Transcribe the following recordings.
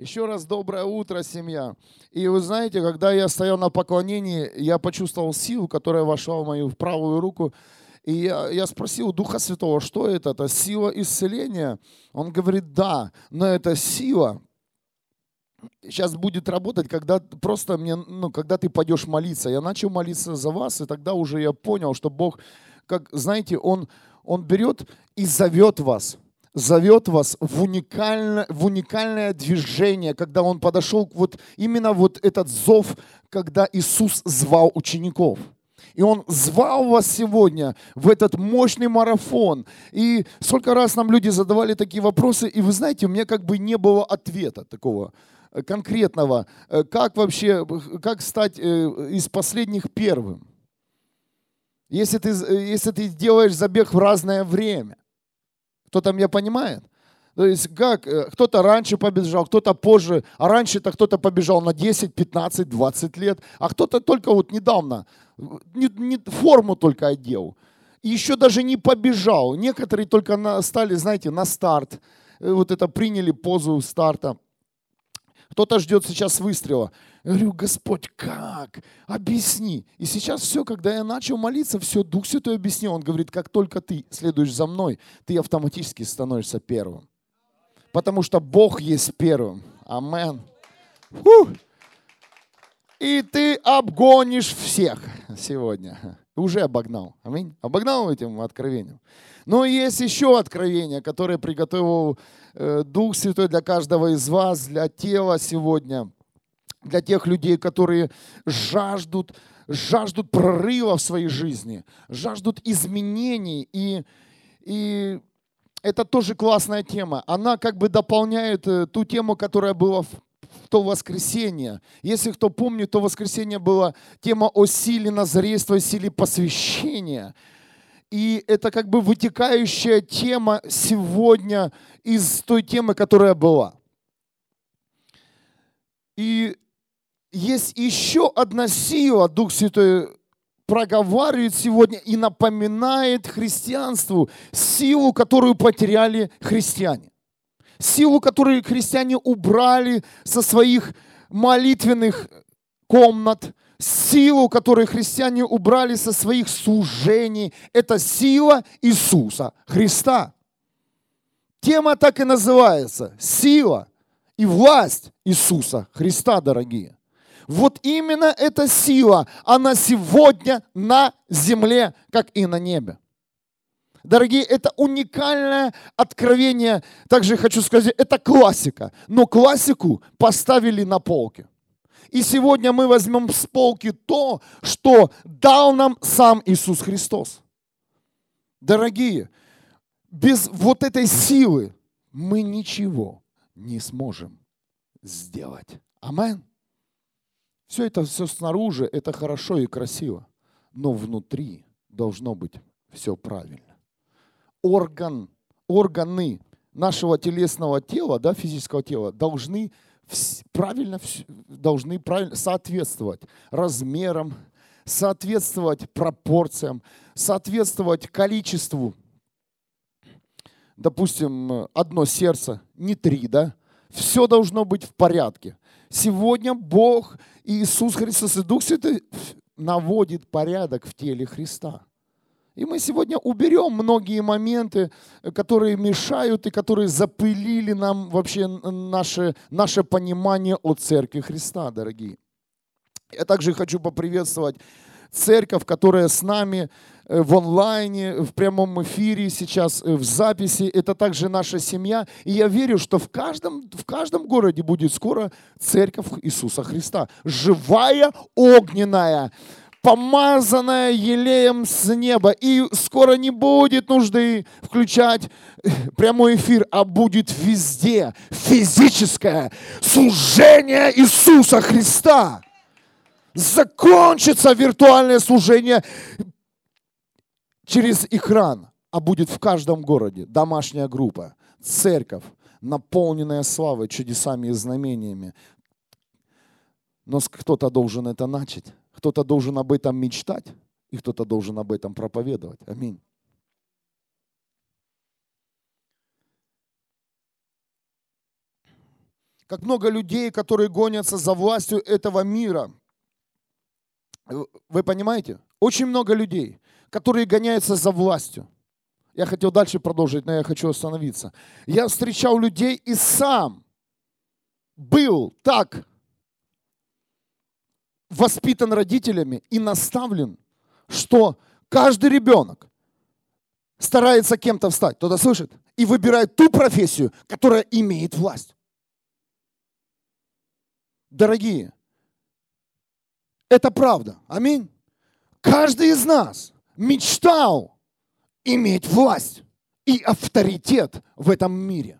Еще раз доброе утро, семья. И вы знаете, когда я стоял на поклонении, я почувствовал силу, которая вошла в мою правую руку. И я спросил у Духа Святого, что это? Это сила исцеления? Он говорит, да, но эта сила сейчас будет работать, когда просто когда ты пойдешь молиться. Я начал молиться за вас, и тогда уже я понял, что Бог, как, знаете, Он берет и зовет вас в уникальное движение, когда Он подошел, именно этот зов, когда Иисус звал учеников. И Он звал вас сегодня в этот мощный марафон. И сколько раз нам люди задавали такие вопросы, и вы знаете, у меня как бы не было ответа такого конкретного, как стать из последних первым. Если ты делаешь забег в разное время. Кто-то меня понимает? То есть как? Кто-то раньше побежал, кто-то позже, а раньше-то кто-то побежал на 10, 15, 20 лет, а кто-то только недавно, форму только одел. И еще даже не побежал. Некоторые только стали, знаете, на старт. Приняли позу старта. Кто-то ждет сейчас выстрела. Я говорю, Господь, как? Объясни. И сейчас все, когда я начал молиться, все, Дух Святой объяснил. Он говорит, как только ты следуешь за мной, ты автоматически становишься первым. Потому что Бог есть первым. Амен. И ты обгонишь всех сегодня. Уже обогнал. Аминь. Обогнал этим откровением. Но есть еще откровение, которое приготовил Дух Святой для каждого из вас, для тела сегодня, для тех людей, которые жаждут прорыва в своей жизни, жаждут изменений. И это тоже классная тема. Она как бы дополняет ту тему, которая была в то воскресенье. Если кто помнит, то воскресенье была тема о силе назарейства, силе посвящения. И это как бы вытекающая тема сегодня из той темы, которая была. И есть еще одна сила, Дух Святой проговаривает сегодня и напоминает христианству силу, которую потеряли христиане. Силу, которую христиане убрали со своих молитвенных комнат, силу, которую христиане убрали со своих служений, это сила Иисуса Христа. Тема так и называется – сила и власть Иисуса Христа, дорогие. Вот именно эта сила, она сегодня на земле, как и на небе. Дорогие, это уникальное откровение. Также хочу сказать, это классика. Но классику поставили на полке. И сегодня мы возьмем с полки то, что дал нам сам Иисус Христос. Дорогие, без вот этой силы мы ничего не сможем сделать. Амин. Все снаружи, это хорошо и красиво. Но внутри должно быть все правильно. Органы нашего телесного тела, физического тела, должны правильно соответствовать размерам, соответствовать пропорциям, соответствовать количеству. Допустим, одно сердце, не 3, Все должно быть в порядке. Сегодня Бог, Иисус Христос и Дух Святой наводит порядок в теле Христа. И мы сегодня уберем многие моменты, которые мешают и которые запылили нам вообще наше понимание о Церкви Христа, дорогие. Я также хочу поприветствовать церковь, которая с нами в онлайне, в прямом эфире сейчас, в записи. Это также наша семья. И я верю, что в каждом городе будет скоро Церковь Иисуса Христа. Живая, огненная, помазанная елеем с неба. И скоро не будет нужды включать прямой эфир, а будет везде физическое служение Иисуса Христа. Закончится виртуальное служение через экран, а будет в каждом городе домашняя группа, церковь, наполненная славой, чудесами и знамениями. Но кто-то должен это начать. Кто-то должен об этом мечтать, и кто-то должен об этом проповедовать. Аминь. как много людей, которые гонятся за властью этого мира. Вы понимаете? Очень много людей, которые гоняются за властью. Я хотел дальше продолжить, но я хочу остановиться. Я встречал людей и сам был так воспитан родителями и наставлен, что каждый ребенок старается кем-то встать. Кто-то слышит? И выбирает ту профессию, которая имеет власть. Дорогие, это правда. Аминь. Каждый из нас мечтал иметь власть и авторитет в этом мире.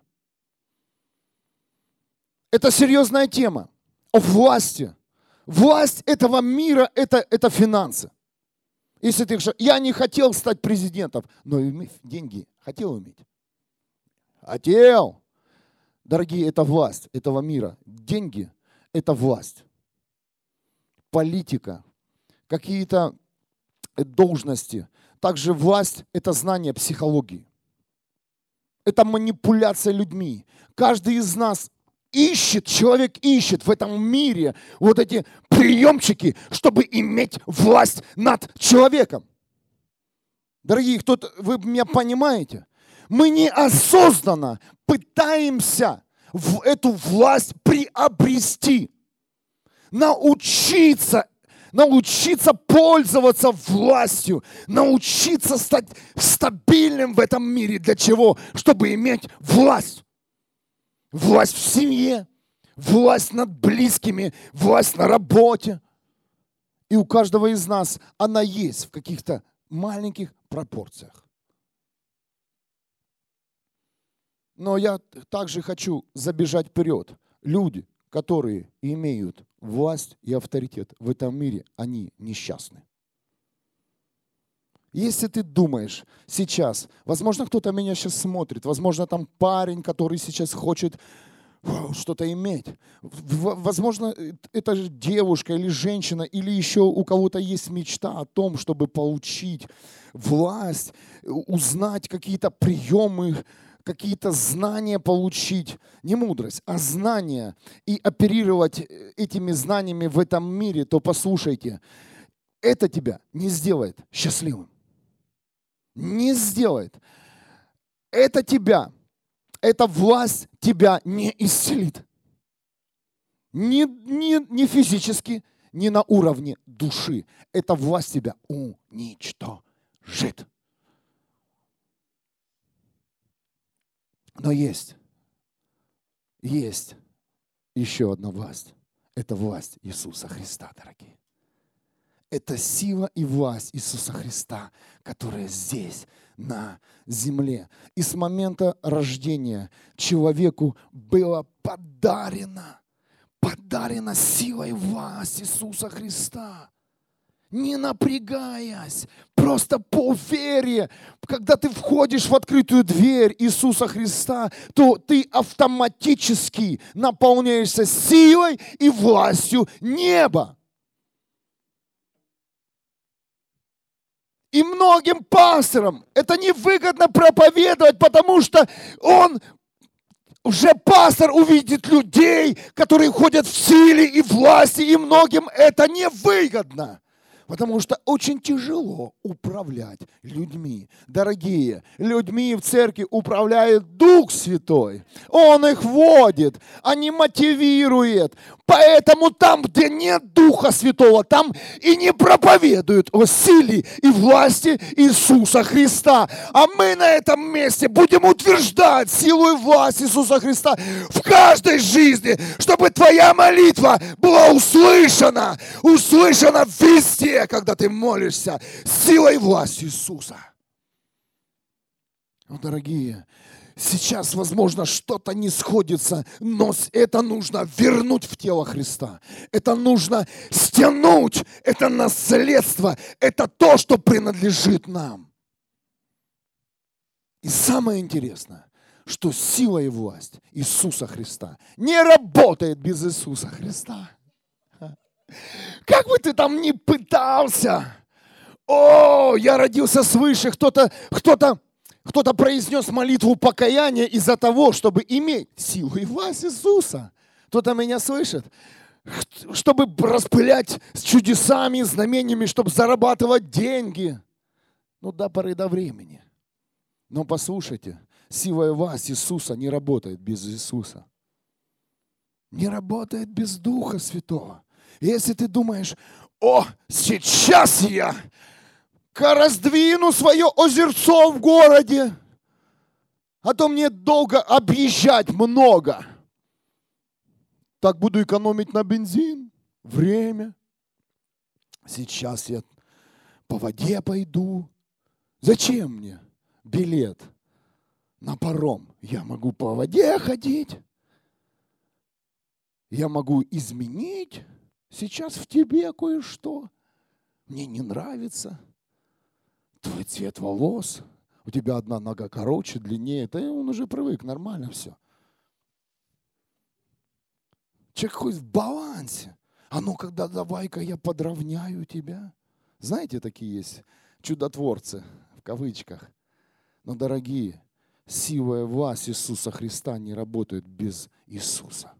Это серьезная тема о власти. Власть этого мира – это финансы. Если ты говоришь, я не хотел стать президентом, но деньги хотел иметь. Хотел. Дорогие, это власть этого мира. Деньги – это власть. Политика, какие-то должности. Также власть – это знание психологии. Это манипуляция людьми. Каждый из нас ищет, человек ищет в этом мире вот эти приемчики, чтобы иметь власть над человеком. Дорогие, вы меня понимаете? Мы неосознанно пытаемся эту власть приобрести, научиться пользоваться властью, научиться стать стабильным в этом мире. Для чего? Чтобы иметь власть. Власть в семье, власть над близкими, власть на работе. И у каждого из нас она есть в каких-то маленьких пропорциях. Но я также хочу забежать вперед. Люди, которые имеют власть и авторитет в этом мире, они несчастны. Если ты думаешь сейчас, возможно, кто-то меня сейчас смотрит, возможно, там парень, который сейчас хочет что-то иметь. Возможно, это же девушка или женщина, или еще у кого-то есть мечта о том, чтобы получить власть, узнать какие-то приемы, какие-то знания получить. Не мудрость, а знания. И оперировать этими знаниями в этом мире, то послушайте, это тебя не сделает счастливым. Не сделает. Эта власть тебя не исцелит. Ни физически, ни на уровне души. Эта власть тебя уничтожит. Но есть еще одна власть. Это власть Иисуса Христа, дорогие. Это сила и власть Иисуса Христа, которая здесь, на земле. И с момента рождения человеку было подарена сила и власть Иисуса Христа. Не напрягаясь, просто по вере. Когда ты входишь в открытую дверь Иисуса Христа, то ты автоматически наполняешься силой и властью неба. И многим пасторам это невыгодно проповедовать, потому что пастор увидит людей, которые ходят в силе и власти, и многим это невыгодно. Потому что очень тяжело управлять людьми. Дорогие, людьми в церкви управляет Дух Святой. Он их водит, а не мотивирует. Поэтому там, где нет Духа Святого, там и не проповедуют о силе и власти Иисуса Христа. А мы на этом месте будем утверждать силу и власть Иисуса Христа в каждой жизни, чтобы твоя молитва была услышана везде, когда ты молишься, силой и властью Иисуса. Дорогие, сейчас, возможно, что-то не сходится, но это нужно вернуть в тело Христа. Это нужно стянуть, это наследство, это то, что принадлежит нам. И самое интересное, что сила и власть Иисуса Христа не работает без Иисуса Христа. Как бы ты там ни пытался, я родился свыше, кто-то произнес молитву покаяния из-за того, чтобы иметь силу и власть Иисуса. Кто-то меня слышит? Чтобы распылять с чудесами, знамениями, чтобы зарабатывать деньги. Ну, до поры до времени. Но послушайте, сила и власть Иисуса не работает без Иисуса. Не работает без Духа Святого. Если ты думаешь, сейчас я раздвину свое озерцо в городе, а то мне долго объезжать много. Так буду экономить на бензин, время. Сейчас я по воде пойду. Зачем мне билет на паром? Я могу по воде ходить. Я могу изменить сейчас в тебе кое-что. Мне не нравится твой цвет волос. У тебя одна нога короче, длиннее. Да он уже привык, нормально все. Человек хоть в балансе. А ну, когда давай-ка я подровняю тебя. Знаете, такие есть чудотворцы, в кавычках. Но, дорогие, сила и власть Иисуса Христа не работают без Иисуса.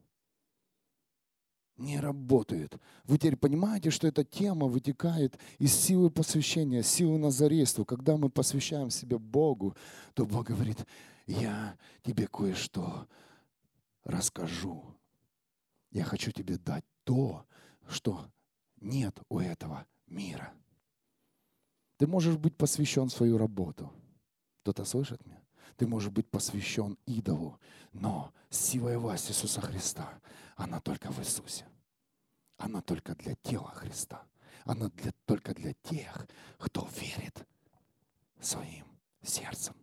Не работает. Вы теперь понимаете, что эта тема вытекает из силы посвящения, силы назарейства. Когда мы посвящаем себя Богу, то Бог говорит, я тебе кое-что расскажу. Я хочу тебе дать то, что нет у этого мира. Ты можешь быть посвящен в свою работу. Кто-то слышит меня? Ты можешь быть посвящен идолу, но сила и власть Иисуса Христа, она только в Иисусе. Она только для тела Христа. Она только для тех, кто верит своим сердцем.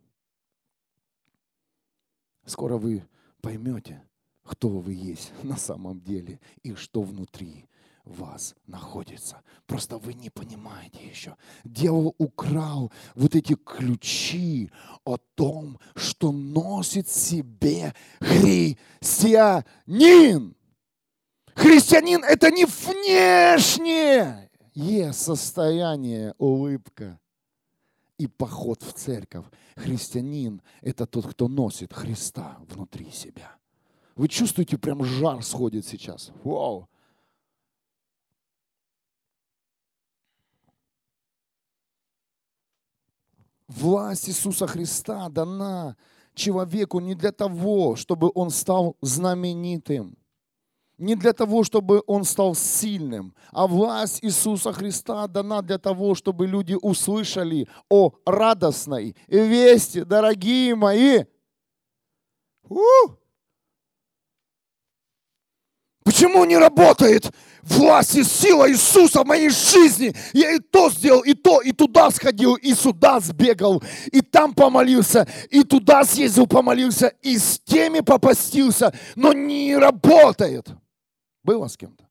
Скоро вы поймете, кто вы есть на самом деле и что внутри вас находится. Просто вы не понимаете еще. Дьявол украл вот эти ключи о том, что носит в себе христианин. Христианин – это не внешнее состояние, улыбка и поход в церковь. Христианин – это тот, кто носит Христа внутри себя. Вы чувствуете, прям жар сходит сейчас. Вау! Власть Иисуса Христа дана человеку не для того, чтобы он стал знаменитым, не для того, чтобы он стал сильным, а власть Иисуса Христа дана для того, чтобы люди услышали о радостной вести, дорогие мои. Почему не работает власть и сила Иисуса в моей жизни? Я и то сделал, и то, и туда сходил, и сюда сбегал, и там помолился, и туда съездил, помолился, и с теми попастился, но не работает. Было с кем-то?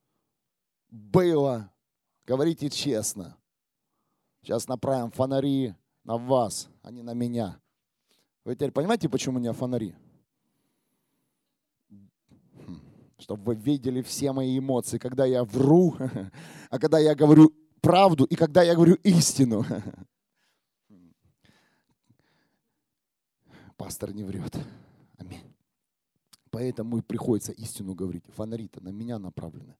Было. Говорите честно. Сейчас направим фонари на вас, а не на меня. Вы теперь понимаете, почему у меня фонари? Чтобы вы видели все мои эмоции, когда я вру, а когда я говорю правду и когда я говорю истину. Пастор не врет. Аминь. Поэтому и приходится истину говорить. Фонари-то на меня направлены.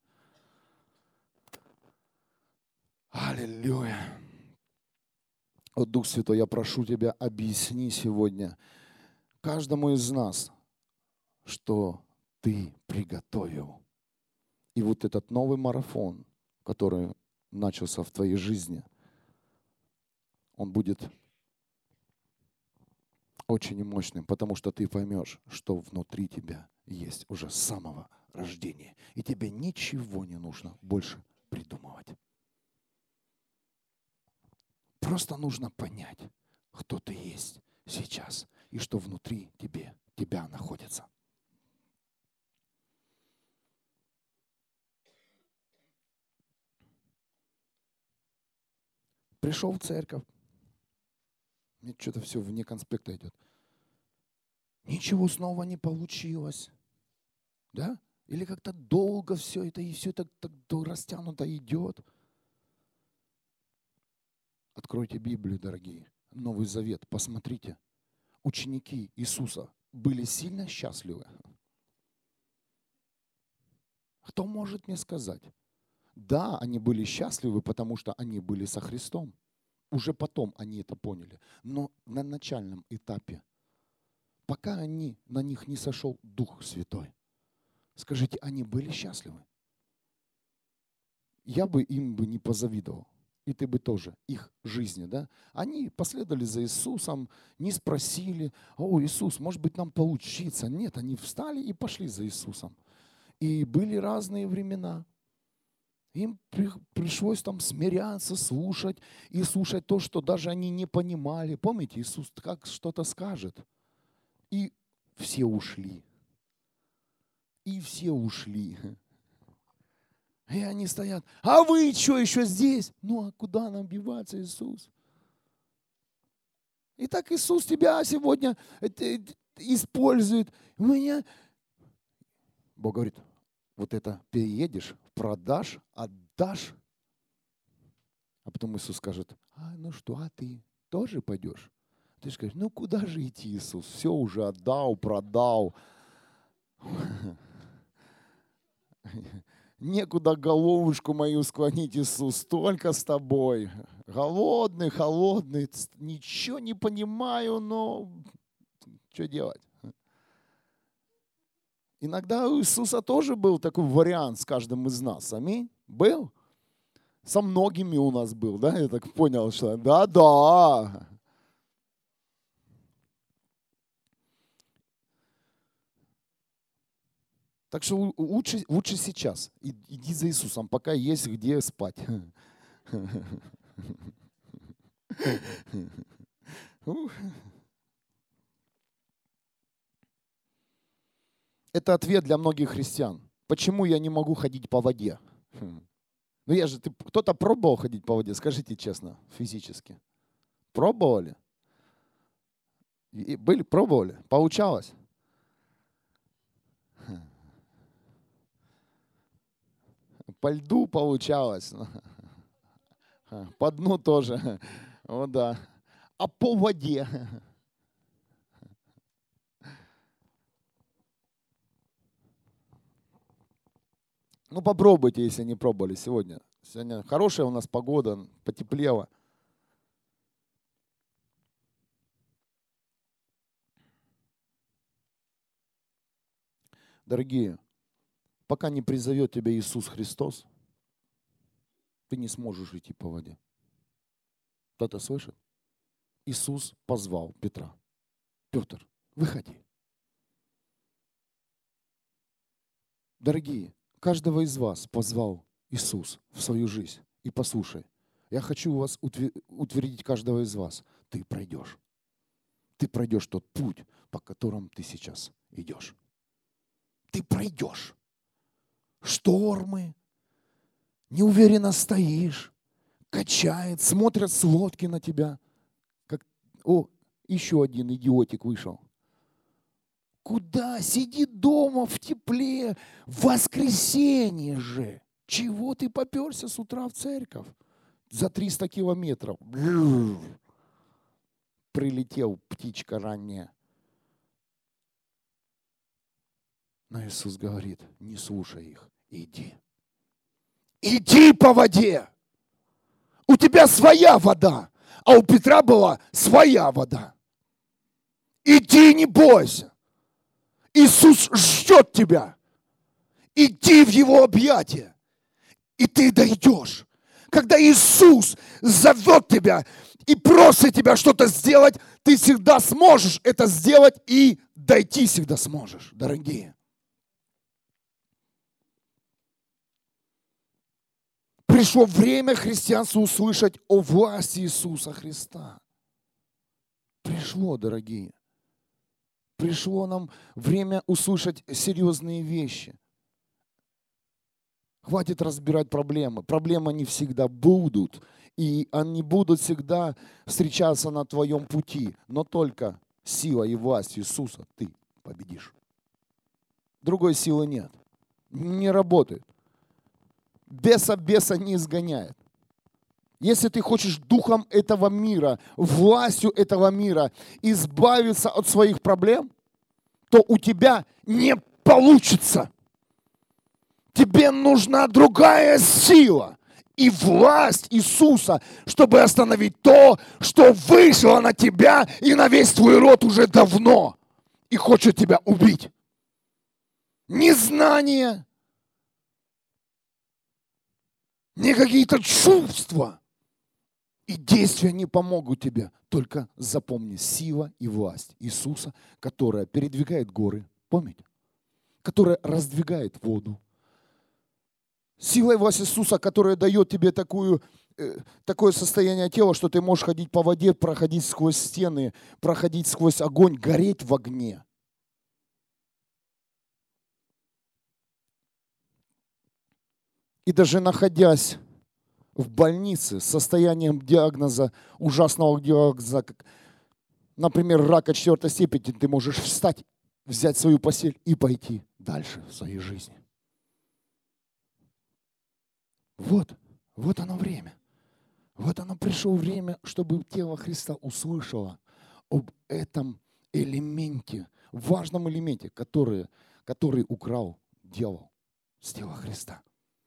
Аллилуйя. О, Дух Святой, я прошу Тебя, объясни сегодня каждому из нас, что Ты приготовил. И вот этот новый марафон, который начался в твоей жизни, он будет очень мощным, потому что ты поймешь, что внутри тебя есть уже с самого рождения. И тебе ничего не нужно больше придумывать. Просто нужно понять, кто ты есть сейчас и что внутри тебя находится. Пришел в церковь. Мне что-то все вне конспекта идет. Ничего снова не получилось. Да? Или как-то долго все это, и все это так растянуто идет. Откройте Библию, дорогие. Новый Завет. Посмотрите. Ученики Иисуса были сильно счастливы. Кто может мне сказать? Да, они были счастливы, потому что они были со Христом. Уже потом они это поняли. Но на начальном этапе, пока на них не сошел Дух Святой, скажите, они были счастливы? Я бы им не позавидовал. И ты бы тоже, их жизни, да? Они последовали за Иисусом, не спросили, о, Иисус, может быть, нам поучиться? Нет, они встали и пошли за Иисусом. И были разные времена. Им пришлось там смиряться, слушать, и слушать то, что даже они не понимали. Помните, Иисус как что-то скажет, и все ушли. И все ушли. И они стоят, а вы что еще здесь? Ну а куда нам биваться, Иисус? И так Иисус тебя сегодня использует. Бог говорит, вот это переедешь, продашь, отдашь. А потом Иисус скажет, ну что, а ты тоже пойдешь? Ты же скажешь, ну куда же идти, Иисус? Все уже отдал, продал. Некуда головушку мою склонить, Иисус, только с тобой. Голодный, холодный, ничего не понимаю, но что делать? Иногда у Иисуса тоже был такой вариант с каждым из нас. Аминь. Был? Со многими у нас был, да? Я так понял, что да. Так что лучше сейчас. Иди за Иисусом, пока есть где спать. Это ответ для многих христиан. Почему я не могу ходить по воде? Ну кто-то пробовал ходить по воде? Скажите честно, физически. Пробовали? Пробовали? Получалось? По льду получалось. По дну тоже. О, да. А по воде? Ну, попробуйте, если не пробовали сегодня. Сегодня хорошая у нас погода, потеплело. Дорогие, пока не призовет тебя Иисус Христос, ты не сможешь идти по воде. Кто-то слышит? Иисус позвал Петра. Петр, выходи. Дорогие, каждого из вас позвал Иисус в свою жизнь. И послушай, я хочу вас утвердить каждого из вас. Ты пройдешь. Ты пройдешь тот путь, по которому ты сейчас идешь. Ты пройдешь. Штормы, неуверенно стоишь, качает, смотрят с лодки на тебя. Еще один идиотик вышел. Куда? Сиди дома в тепле. В воскресенье же. Чего ты поперся с утра в церковь? За 300 километров. Прилетел птичка ранняя. Но Иисус говорит, не слушай их, иди. Иди по воде. У тебя своя вода, а у Петра была своя вода. Иди, не бойся. Иисус ждет тебя. Иди в Его объятия, и ты дойдешь. Когда Иисус зовет тебя и просит тебя что-то сделать, ты всегда сможешь это сделать и дойти всегда сможешь, дорогие. Пришло время христианству услышать о власти Иисуса Христа. Пришло, дорогие. Пришло нам время услышать серьезные вещи. Хватит разбирать проблемы. Проблемы не всегда будут. И они будут всегда встречаться на твоем пути. Но только сила и власть Иисуса ты победишь. Другой силы нет. Не работает. Беса не изгоняет. Если ты хочешь духом этого мира, властью этого мира избавиться от своих проблем, то у тебя не получится. Тебе нужна другая сила и власть Иисуса, чтобы остановить то, что вышло на тебя и на весь твой род уже давно и хочет тебя убить. Незнание, не какие-то чувства и действия не помогут тебе. Только запомни, сила и власть Иисуса, которая передвигает горы, помните? Которая раздвигает воду. Сила и власть Иисуса, которая дает тебе такое состояние тела, что ты можешь ходить по воде, проходить сквозь стены, проходить сквозь огонь, гореть в огне. И даже находясь в больнице с состоянием диагноза, ужасного диагноза, как, например, рака 4 степени, ты можешь встать, взять свою постель и пойти дальше в своей жизни. Вот оно время. Вот оно пришло время, чтобы тело Христа услышало об этом элементе, важном элементе, который украл дьявол с тела Христа.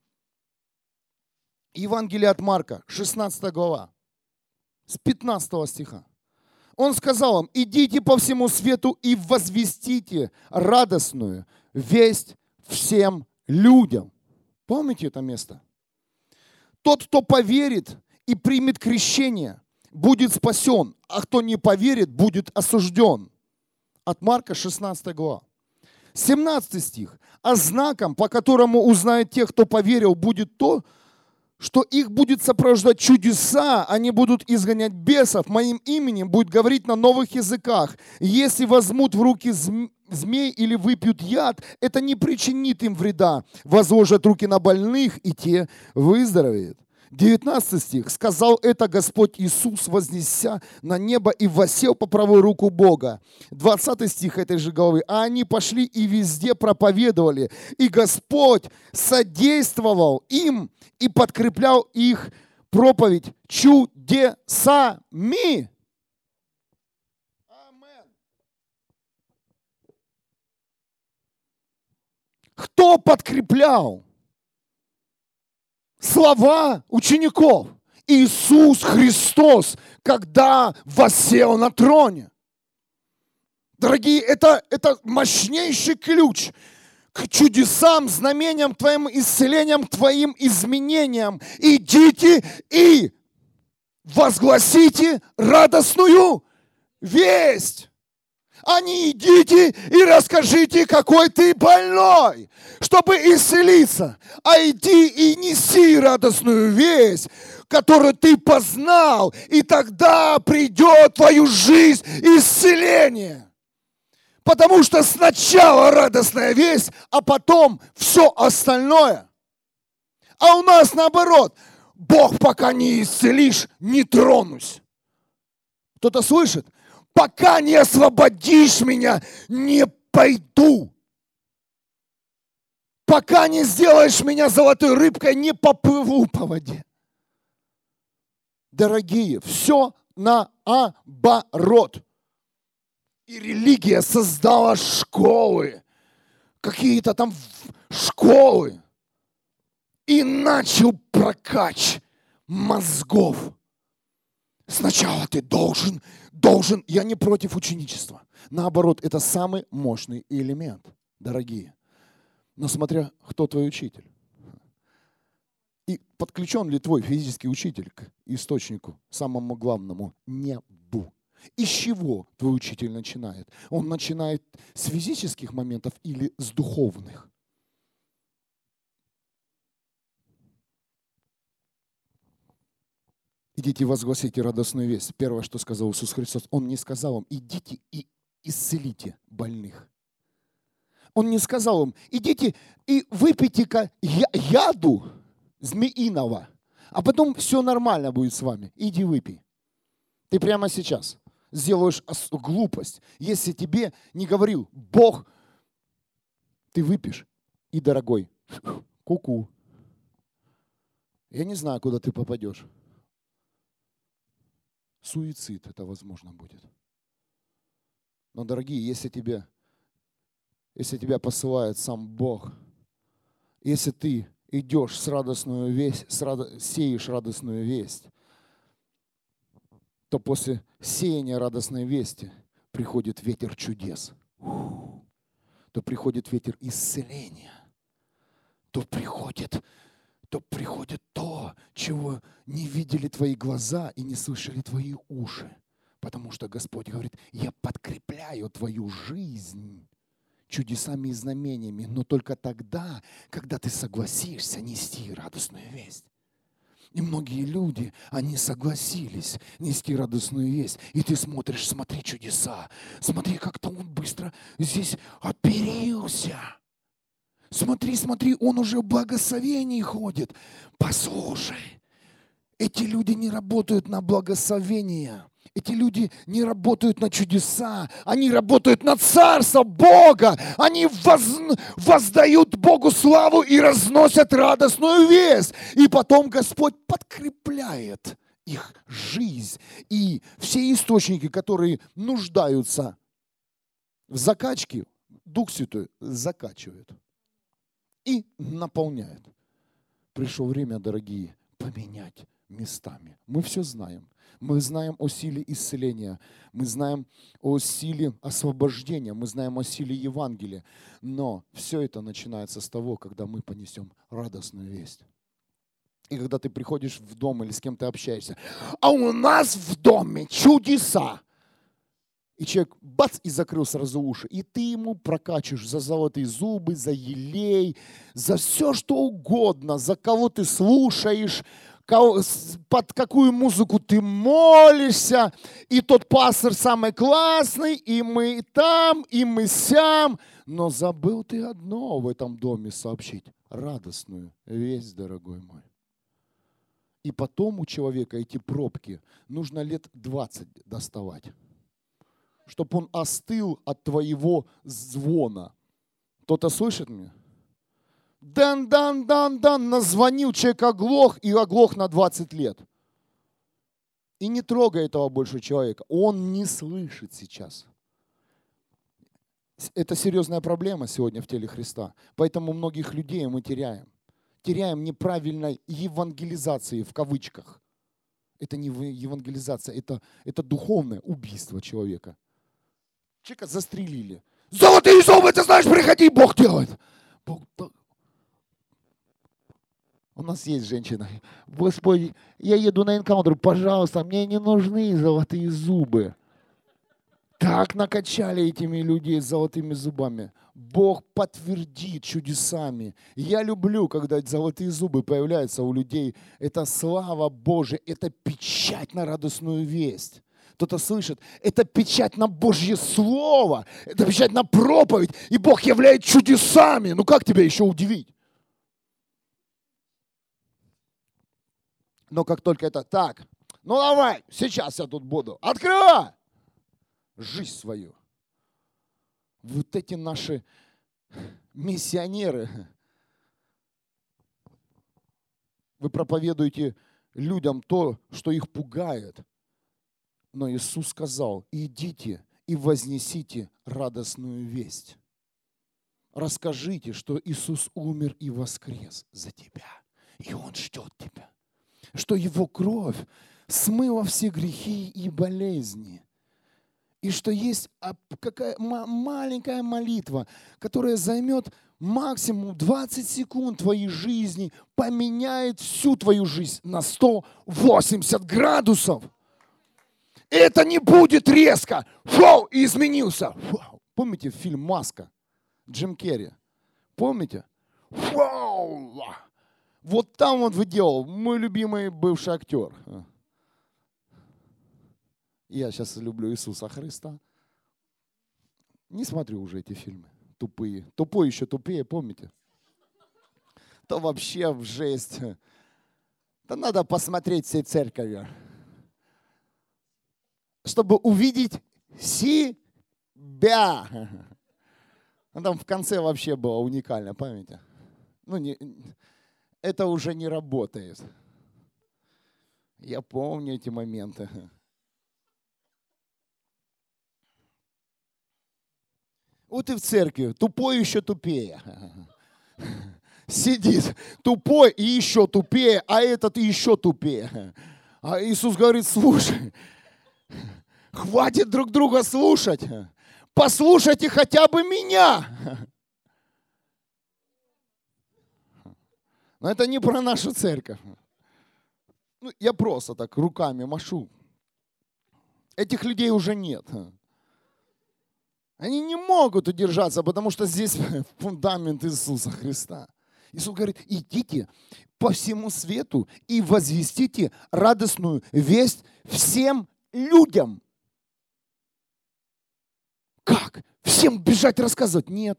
Евангелие от Марка, 16 глава, с 15 стиха. Он сказал им: идите по всему свету и возвестите радостную весть всем людям. Помните это место? Тот, кто поверит и примет крещение, будет спасен, а кто не поверит, будет осужден. От Марка 16 глава. 17 стих. А знаком, по которому узнают тех, кто поверил, будет то, что их будет сопровождать чудеса, они будут изгонять бесов, моим именем будут говорить на новых языках. Если возьмут в руки змей или выпьют яд, это не причинит им вреда. Возложат руки на больных, и те выздоровеют. 19 стих. Сказал это Господь Иисус, вознеся на небо и воссел по правую руку Бога. 20 стих этой же главы. А они пошли и везде проповедовали. И Господь содействовал им и подкреплял их проповедь чудесами. Амен. Кто подкреплял? Слова учеников. Иисус Христос, когда воссел на троне. Дорогие, это мощнейший ключ к чудесам, знамениям твоим, исцелениям твоим, изменениям. Идите и возгласите радостную весть. А не идите и расскажите, какой ты больной, чтобы исцелиться. А иди и неси радостную весть, которую ты познал, и тогда придет в твою жизнь исцеление. Потому что сначала радостная весть, а потом все остальное. А у нас наоборот. Бог, пока не исцелишь, не тронусь. Кто-то слышит? Пока не освободишь меня, не пойду. Пока не сделаешь меня золотой рыбкой, не поплыву по воде. Дорогие, все наоборот. И религия создала школы, какие-то там школы. И начал прокач мозгов. Сначала ты должен, я не против ученичества. Наоборот, это самый мощный элемент, дорогие. Но смотря, кто твой учитель. И подключен ли твой физический учитель к источнику, самому главному, небу. Из чего твой учитель начинает? Он начинает с физических моментов или с духовных? Идите возгласите радостную весть. Первое, что сказал Иисус Христос, Он не сказал им: идите и исцелите больных. Он не сказал им: идите и выпейте-ка яду змеиного, а потом все нормально будет с вами. Иди выпей. Ты прямо сейчас сделаешь глупость, если тебе не говорил Бог, ты выпьешь, и, дорогой, ку-ку. Я не знаю, куда ты попадешь. Суицид это возможно будет. Но, дорогие, если тебя посылает сам Бог, Если ты идешь с радостную весть, сеешь радостную весть, то после сеяния радостной вести приходит ветер чудес, то приходит ветер исцеления, то приходит то, чего не видели твои глаза и не слышали твои уши. Потому что Господь говорит, я подкрепляю твою жизнь чудесами и знамениями, но только тогда, когда ты согласишься нести радостную весть. И многие люди, они согласились нести радостную весть. И ты смотришь, смотри чудеса. Смотри, как-то он быстро здесь оперился. Смотри, он уже в благословении ходит. Послушай, эти люди не работают на благословение. Эти люди не работают на чудеса, они работают на Царство Бога. Они воздают Богу славу и разносят радостную весть. И потом Господь подкрепляет их жизнь. И все источники, которые нуждаются в закачке, Дух Святой закачивает и наполняет. Пришло время, дорогие, поменять местами. Мы все знаем. Мы знаем о силе исцеления, мы знаем о силе освобождения, мы знаем о силе Евангелия. Но все это начинается с того, когда мы понесем радостную весть. И когда ты приходишь в дом или с кем-то общаешься, а у нас в доме чудеса. И человек бац и закрыл сразу уши. И ты ему прокачиваешь за золотые зубы, за елей, за все что угодно, за кого ты слушаешь, под какую музыку ты молишься, и тот пастор самый классный, и мы там, и мы сям. Но забыл ты одно в этом доме сообщить. Радостную весть, дорогой мой. И потом у человека эти пробки нужно лет 20 доставать, чтобы он остыл от твоего звона. Кто-то слышит меня? Дан, назвонил, человек оглох, и оглох на 20 лет. И не трогай этого больше человека. Он не слышит сейчас. Это серьезная проблема сегодня в теле Христа. Поэтому многих людей мы теряем. Теряем неправильной евангелизации в кавычках. Это не евангелизация, это духовное убийство человека. Человека застрелили. Золотые зубы, ты знаешь, приходи, Бог делает. Бог. У нас есть женщина. Господи, я еду на энкаунтер, пожалуйста, мне не нужны золотые зубы. Так накачали этими людей с золотыми зубами. Бог подтвердит чудесами. Я люблю, когда золотые зубы появляются у людей. Это слава Божия, это печать на радостную весть. Кто-то слышит, это печать на Божье Слово, это печать на проповедь, и Бог являет чудесами. Ну как тебя еще удивить? Но как только это так, ну давай, сейчас я тут буду. Открывай жизнь свою. Вот эти наши миссионеры, вы проповедуете людям то, что их пугает. Но Иисус сказал, идите и вознесите радостную весть. Расскажите, что Иисус умер и воскрес за тебя. И Он ждет тебя. Что Его кровь смыла все грехи и болезни. И что есть какая маленькая молитва, которая займет максимум 20 секунд твоей жизни, поменяет всю твою жизнь на 180 градусов. Это не будет резко. Фу, изменился. Фу. Помните фильм «Маска»? Джим Керри. Помните? Фу. Вот там он выделал. Мой любимый бывший актер. Я сейчас люблю Иисуса Христа. Не смотрю уже эти фильмы. Тупые. Тупой еще тупее, помните? То вообще в жесть. Да надо посмотреть всей церковью, чтобы увидеть себя. А там в конце вообще было уникально, помните? Это уже не работает. Я помню эти моменты. Вот и в церкви. Тупой еще тупее. сидит тупой и еще тупее, а этот еще тупее. А Иисус говорит, слушай, хватит друг друга слушать. Послушайте хотя бы меня. Но это не про нашу церковь. Ну, я просто так руками машу. Этих людей уже нет. Они не могут удержаться, потому что здесь фундамент Иисуса Христа. Иисус говорит, идите по всему свету и возвестите радостную весть всем людям. Как? Всем бежать рассказывать? Нет.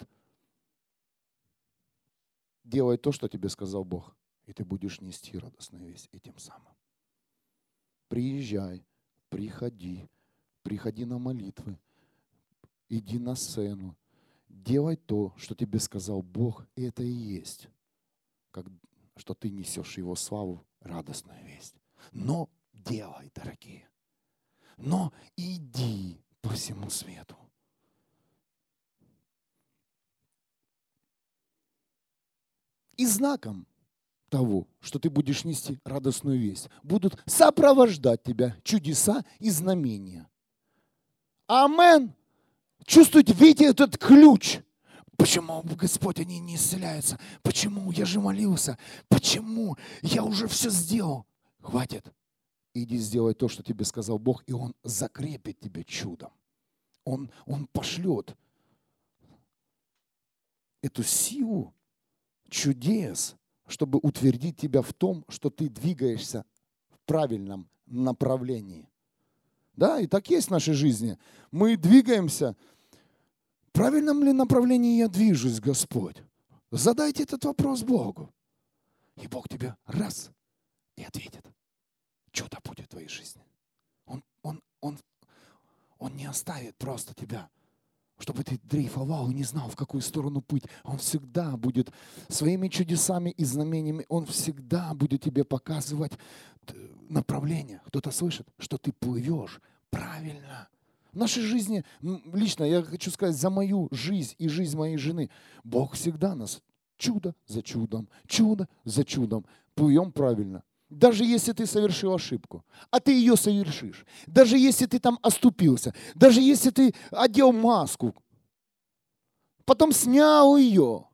Делай то, что тебе сказал Бог, и ты будешь нести радостную весть этим самым. Приезжай, приходи на молитвы, иди на сцену, делай то, что тебе сказал Бог, и это и есть, что ты несешь Его славу, радостную весть. Но делай, дорогие, но иди по всему свету. И знаком того, что ты будешь нести радостную весть, будут сопровождать тебя чудеса и знамения. Амен. Чувствуете, видите этот ключ? Почему, Господь, они не исцеляются? Почему? Я же молился. Почему? Я уже все сделал. Хватит. Иди сделай то, что тебе сказал Бог, и Он закрепит тебя чудом. Он пошлет эту силу чудес, чтобы утвердить тебя в том, что ты двигаешься в правильном направлении. Да, и так есть в нашей жизни. Мы двигаемся. В правильном ли направлении я движусь, Господь? Задайте этот вопрос Богу. И Бог тебе раз и ответит. Чудо будет в твоей жизни. Он не оставит просто тебя, чтобы ты дрейфовал и не знал, в какую сторону путь. Он всегда будет своими чудесами и знамениями, Он всегда будет тебе показывать направление. Кто-то слышит, что ты плывешь правильно. В нашей жизни, лично я хочу сказать, за мою жизнь и жизнь моей жены, Бог всегда нас чудо за чудом плывем правильно. Даже если ты совершил ошибку, а ты ее совершишь, даже если ты там оступился, даже если ты одел маску, потом снял ее,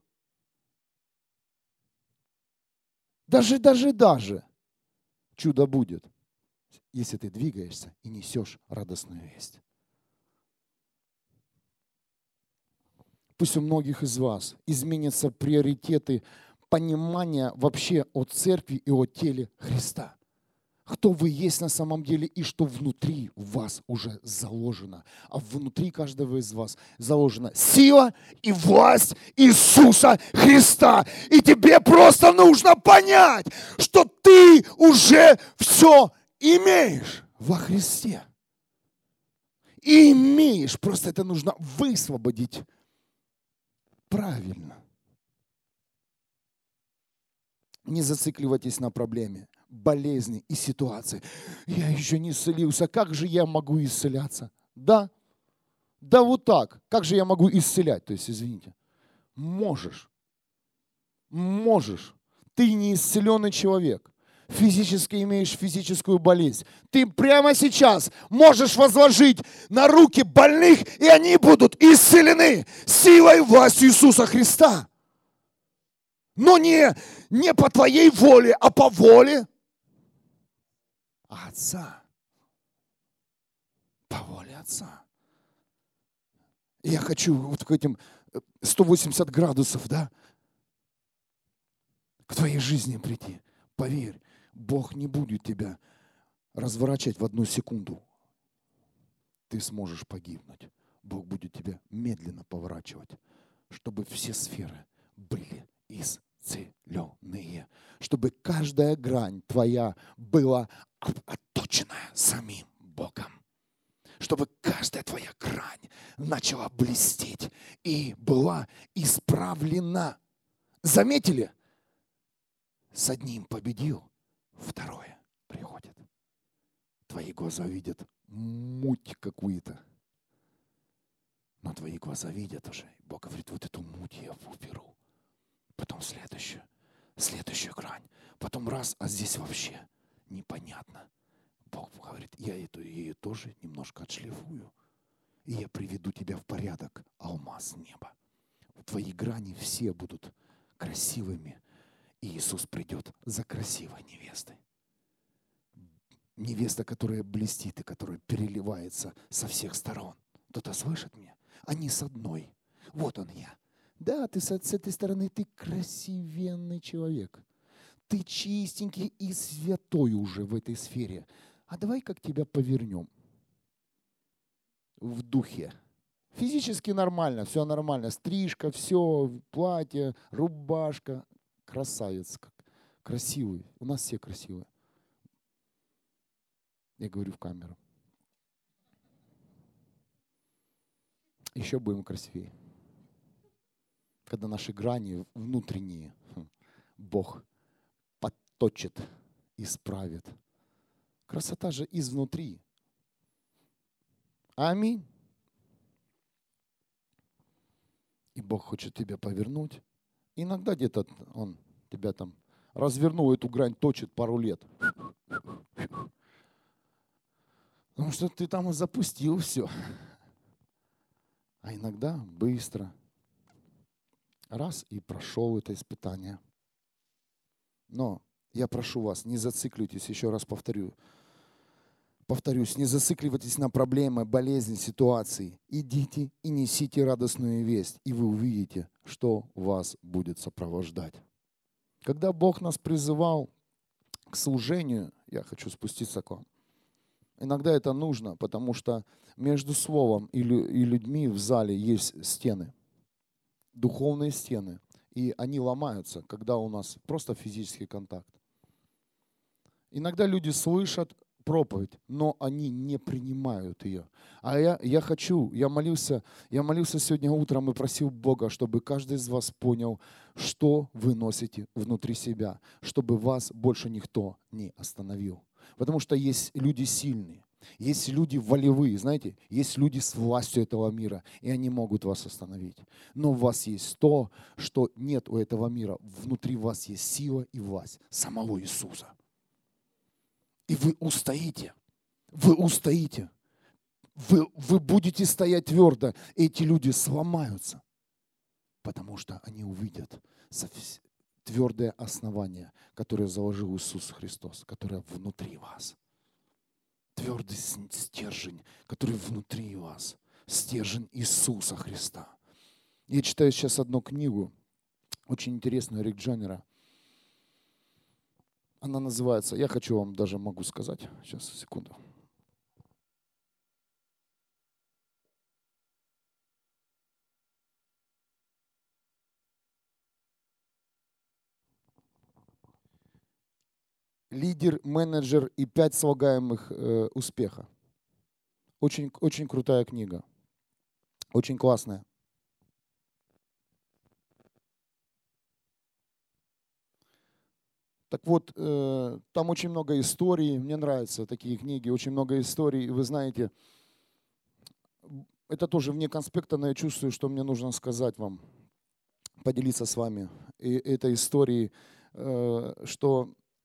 даже чудо будет, если ты двигаешься и несешь радостную весть. Пусть у многих из вас изменятся приоритеты понимания вообще о церкви и о теле Христа. Кто вы есть на самом деле и что внутри вас уже заложено. А внутри каждого из вас заложена сила и власть Иисуса Христа. И тебе просто нужно понять, что ты уже все имеешь во Христе. И имеешь, просто это нужно высвободить правильно. Не зацикливайтесь на проблеме, болезни и ситуации. Я еще не исцелился, как же я могу исцеляться? Да вот так. Как же я могу исцелять? То есть, извините, можешь. Ты не исцеленный человек. Физически имеешь физическую болезнь. Ты прямо сейчас можешь возложить на руки больных, и они будут исцелены силой и властью Иисуса Христа. Но не по твоей воле, а по воле Отца. По воле Отца. И я хочу вот к этим 180 градусов, да, к твоей жизни прийти. Поверь, Бог не будет тебя разворачивать в одну секунду. Ты сможешь погибнуть. Бог будет тебя медленно поворачивать, чтобы все сферы были исцеленные, чтобы каждая грань твоя была отточена самим Богом, чтобы каждая твоя грань начала блестеть и была исправлена. Заметили? С одним победил, второе приходит. Твои глаза видят муть какую-то, но твои глаза видят уже. Бог говорит, вот эту муть я уберу. Потом следующее. следующую грань. Потом раз, а здесь вообще непонятно. Бог говорит, я ее тоже немножко отшлифую. И я приведу тебя в порядок, алмаз неба. Твои грани все будут красивыми. И Иисус придет за красивой невестой. Невеста, которая блестит и которая переливается со всех сторон. Кто-то слышит меня? Они с одной. Вот он я. Да, ты с этой стороны, ты красивенный человек. Ты чистенький и святой уже в этой сфере. А давай как тебя повернем в духе. Физически нормально, все нормально. Стрижка, все, платье, рубашка. Красавец, красивый. У нас все красивые. Я говорю в камеру. Еще будем красивее. Когда наши грани внутренние Бог подточит, исправит. Красота же изнутри. Аминь. И Бог хочет тебя повернуть. Иногда где-то Он тебя там развернул, эту грань точит пару лет. Потому что ты там запустил все. А иногда быстро. Раз и прошел это испытание. Но я прошу вас, не зацикливайтесь, еще раз повторюсь, не зацикливайтесь на проблемы, болезни, ситуации. Идите и несите радостную весть, и вы увидите, что вас будет сопровождать. Когда Бог нас призывал к служению, я хочу спуститься к вам. Иногда это нужно, потому что между словом и людьми в зале есть стены, духовные стены, и они ломаются, когда у нас просто физический контакт. Иногда люди слышат проповедь, но они не принимают ее. А я молился сегодня утром и просил Бога, чтобы каждый из вас понял, что вы носите внутри себя, чтобы вас больше никто не остановил. Потому что есть люди сильные, есть люди волевые, знаете, есть люди с властью этого мира, и они могут вас остановить. Но у вас есть то, что нет у этого мира. Внутри вас есть сила и власть самого Иисуса. И вы устоите. Вы будете стоять твердо. Эти люди сломаются, потому что они увидят твердое основание, которое заложил Иисус Христос, которое внутри вас. Твердый стержень, который внутри вас. Стержень Иисуса Христа. Я читаю сейчас одну книгу, очень интересную, Рик Джоннера. Она называется, я хочу вам даже могу сказать, сейчас, секунду. Лидер, менеджер и 5 слагаемых успеха. Очень, очень крутая книга. Очень классная. Так вот, там очень много историй. Мне нравятся такие книги, очень много историй. Вы знаете, это тоже вне конспекта, но я чувствую, что мне нужно сказать вам, поделиться с вами этой историей, что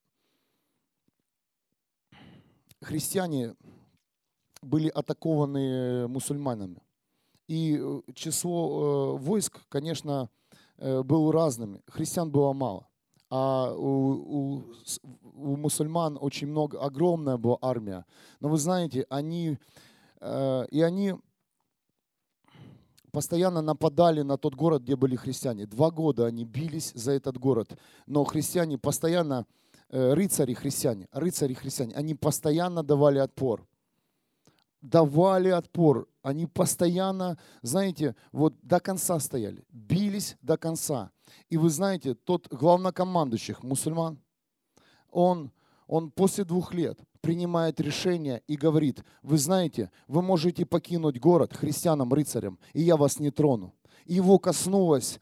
христиане были атакованы мусульманами. И число войск, конечно, было разным. Христиан было мало. А у мусульман очень много, огромная была армия. Но вы знаете, они постоянно нападали на тот город, где были христиане. 2 года они бились за этот город. Но христиане постоянно, рыцари-христиане, они постоянно давали отпор. Они постоянно, знаете, вот до конца стояли, бились до конца. И вы знаете, тот главнокомандующий мусульман, он после 2 лет принимает решение и говорит: вы знаете, вы можете покинуть город христианам, рыцарям, и я вас не трону. И его коснулось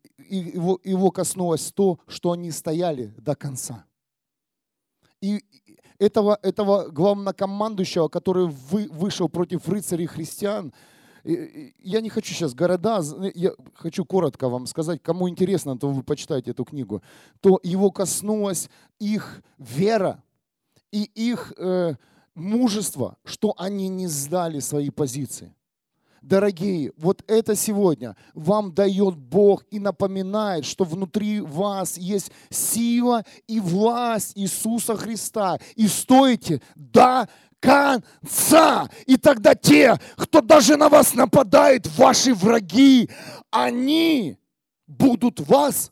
то, что они стояли до конца. И этого главнокомандующего, который вышел против рыцарей христиан, Я не хочу сейчас города, я хочу коротко вам сказать, кому интересно, то вы почитайте эту книгу, то его коснулась их вера и их мужество, что они не сдали свои позиции. Дорогие, вот это сегодня вам дает Бог и напоминает, что внутри вас есть сила и власть Иисуса Христа. И стойте до конца. И тогда те, кто даже на вас нападает, ваши враги, они будут вас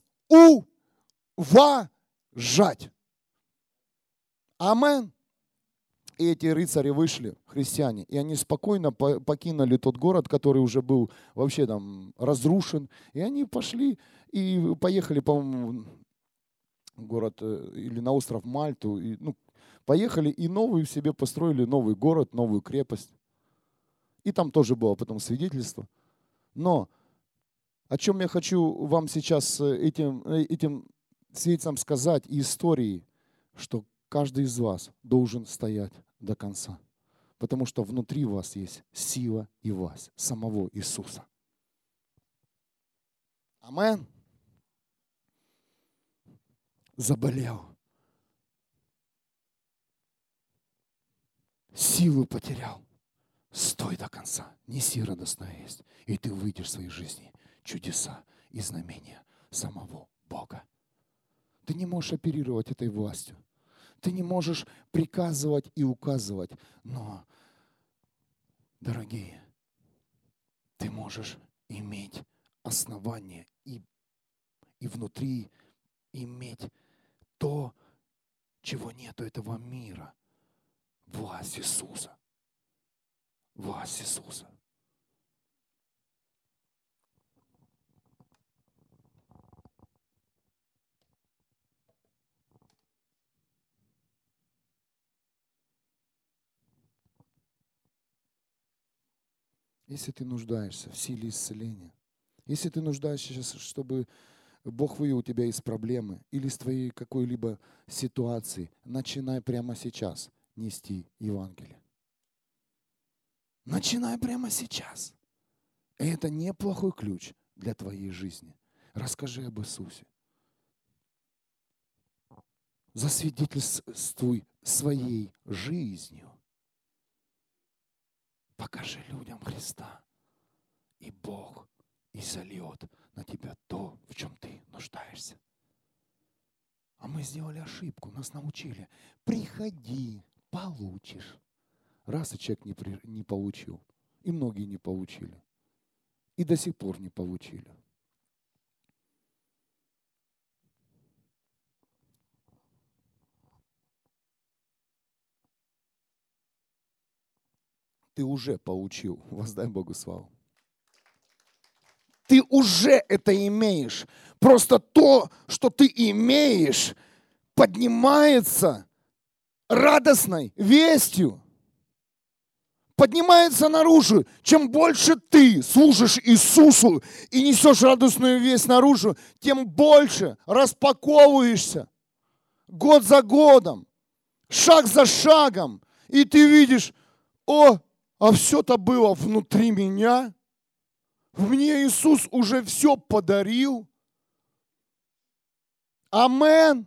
уважать. Амин. И эти рыцари вышли, христиане, и они спокойно покинули тот город, который уже был вообще там разрушен. И они пошли и поехали, по-моему, в город или на остров Мальту. И, поехали и новую себе построили, новый город, новую крепость. И там тоже было потом свидетельство. Но о чем я хочу вам сейчас этим свидетельством сказать, и истории, что каждый из вас должен стоять до конца. Потому что внутри вас есть сила и власть самого Иисуса. Амен. Заболел. Силу потерял. Стой до конца. Неси радостную весть. И ты увидишь в своей жизни чудеса и знамения самого Бога. Ты не можешь оперировать этой властью. Ты не можешь приказывать и указывать. Но, дорогие, ты можешь иметь основание и внутри иметь то, чего нету этого мира. Власть Иисуса. Власть Иисуса. Если ты нуждаешься в силе исцеления, если ты нуждаешься сейчас, чтобы Бог вывел тебя из проблемы или из твоей какой-либо ситуации, начинай прямо сейчас нести Евангелие. Начинай прямо сейчас. И это неплохой ключ для твоей жизни. Расскажи об Иисусе. Засвидетельствуй своей жизнью. Покажи людям Христа. И Бог изольет на тебя то, в чем ты нуждаешься. А мы сделали ошибку, нас научили. Приходи, получишь. Раз и человек не получил. И многие не получили. И до сих пор не получили. Ты уже получил. Воздай Богу славу. Ты уже это имеешь. Просто то, что ты имеешь, поднимается радостной вестью. Поднимается наружу. Чем больше ты служишь Иисусу и несешь радостную весть наружу, тем больше распаковываешься год за годом, шаг за шагом. И ты видишь, а все-то было внутри меня. Мне Иисус уже все подарил. Амен.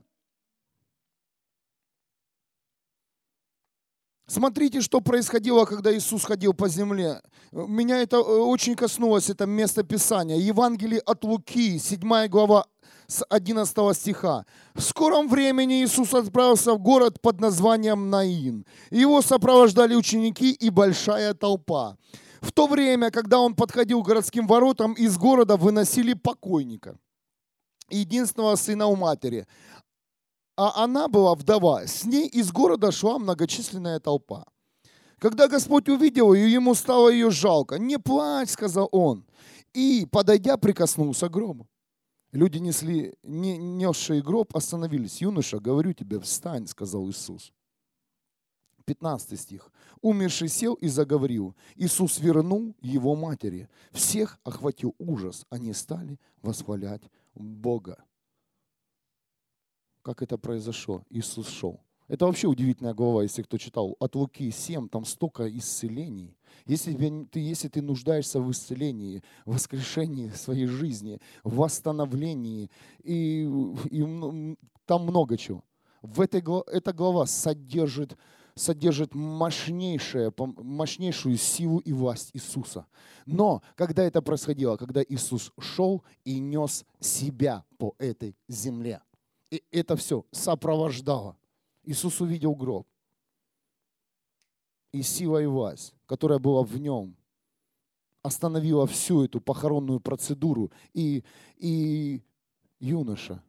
Смотрите, что происходило, когда Иисус ходил по земле. Меня это очень коснулось, это место Писания. Евангелие от Луки, 7 глава, с 11 стиха. В скором времени Иисус отправился в город под названием Наин. Его сопровождали ученики и большая толпа. В то время, когда он подходил к городским воротам, из города выносили покойника, единственного сына у матери. А она была вдова. С ней из города шла многочисленная толпа. Когда Господь увидел ее, ему стало ее жалко. «Не плачь», — сказал он. И, подойдя, прикоснулся к гробу. Люди, несшие гроб, остановились. «Юноша, говорю тебе, встань», — сказал Иисус. 15 стих. Умерший сел и заговорил. Иисус вернул его матери. Всех охватил ужас. Они стали восхвалять Бога. Как это произошло? Иисус шел. Это вообще удивительная глава, если кто читал. От Луки 7, там столько исцелений. Если ты нуждаешься в исцелении, в воскрешении своей жизни, в восстановлении, там много чего. Эта глава содержит мощнейшую силу и власть Иисуса. Но когда это происходило? Когда Иисус шел и нес себя по этой земле. И это все сопровождало. Иисус увидел гроб. И сила и власть, которая была в нем, остановила всю эту похоронную процедуру. И юноша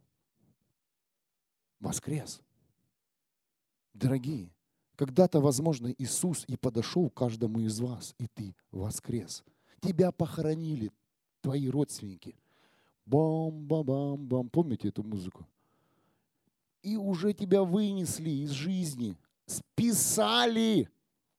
воскрес. Дорогие, когда-то, возможно, Иисус и подошел к каждому из вас, и ты воскрес. Тебя похоронили твои родственники. Бам-бам-бам-бам. Помните эту музыку? И уже тебя вынесли из жизни, списали.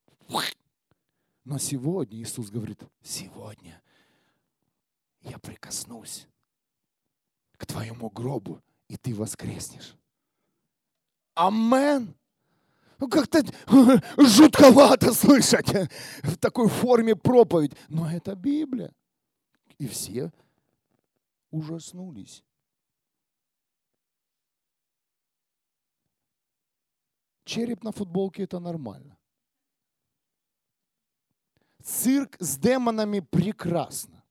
Но сегодня Иисус говорит, сегодня я прикоснусь к твоему гробу, и ты воскреснешь. Амен. Как-то жутковато слышать в такой форме проповедь. Но это Библия. И все ужаснулись. Череп на футболке – это нормально. Цирк с демонами прекрасно.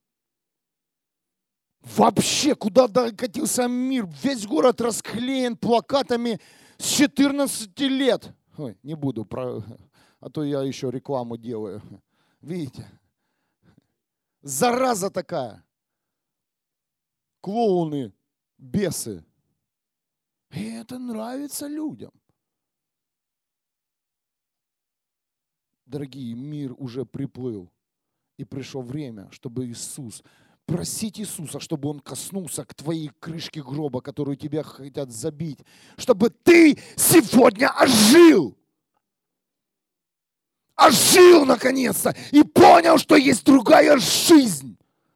Вообще, куда докатился мир? Весь город расклеен плакатами с 14 лет. Ой, не буду, а то я еще рекламу делаю. Видите? Зараза такая. Клоуны, бесы. И это нравится людям. Дорогие, мир уже приплыл. И пришло время, чтобы Иисус, просить Иисуса, чтобы Он коснулся к твоей крышке гроба, которую тебя хотят забить. Чтобы ты сегодня ожил. Ожил наконец-то. И понял, что есть другая жизнь.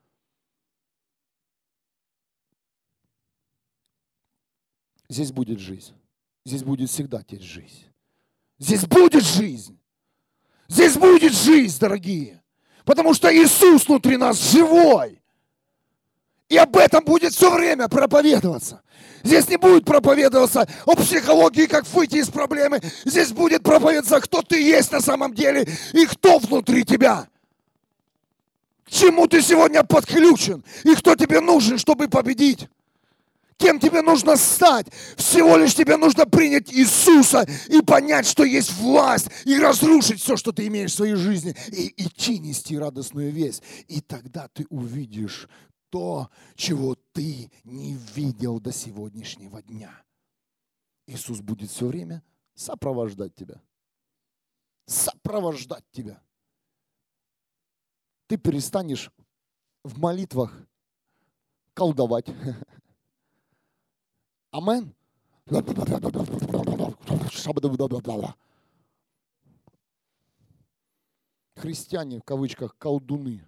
Здесь будет жизнь. Здесь будет всегда течь жизнь. Здесь будет жизнь. Здесь будет жизнь, дорогие. Потому что Иисус внутри нас живой. И об этом будет все время проповедоваться. Здесь не будет проповедоваться о психологии, как выйти из проблемы. Здесь будет проповедоваться, кто ты есть на самом деле и кто внутри тебя. К чему ты сегодня подключен и кто тебе нужен, чтобы победить. Кем тебе нужно стать? Всего лишь тебе нужно принять Иисуса и понять, что есть власть, и разрушить все, что ты имеешь в своей жизни, и идти нести радостную весть. И тогда ты увидишь то, чего ты не видел до сегодняшнего дня. Иисус будет все время сопровождать тебя. Сопровождать тебя. Ты перестанешь в молитвах колдовать. Амен. Христиане, в кавычках, колдуны.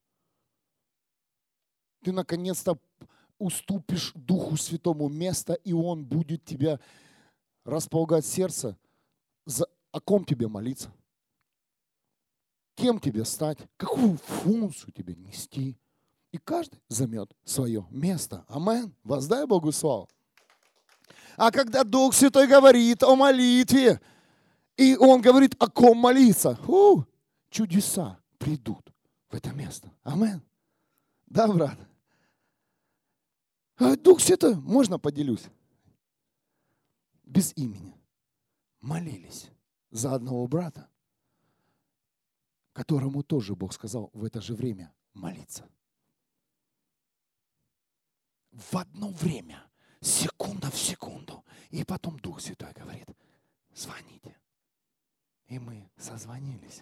Ты наконец-то уступишь Духу Святому место, и Он будет тебя располагать сердце. О ком тебе молиться? Кем тебе стать? Какую функцию тебе нести? И каждый займет свое место. Амен. Воздай Богу славу. А когда Дух Святой говорит о молитве, и Он говорит, о ком молиться, чудеса придут в это место. Амен. Да, брат? Дух Святой, можно поделюсь? Без имени. Молились за одного брата, которому тоже Бог сказал в это же время молиться. В одно время. Секунда в секунду. И потом Дух Святой говорит, звоните. И мы созвонились.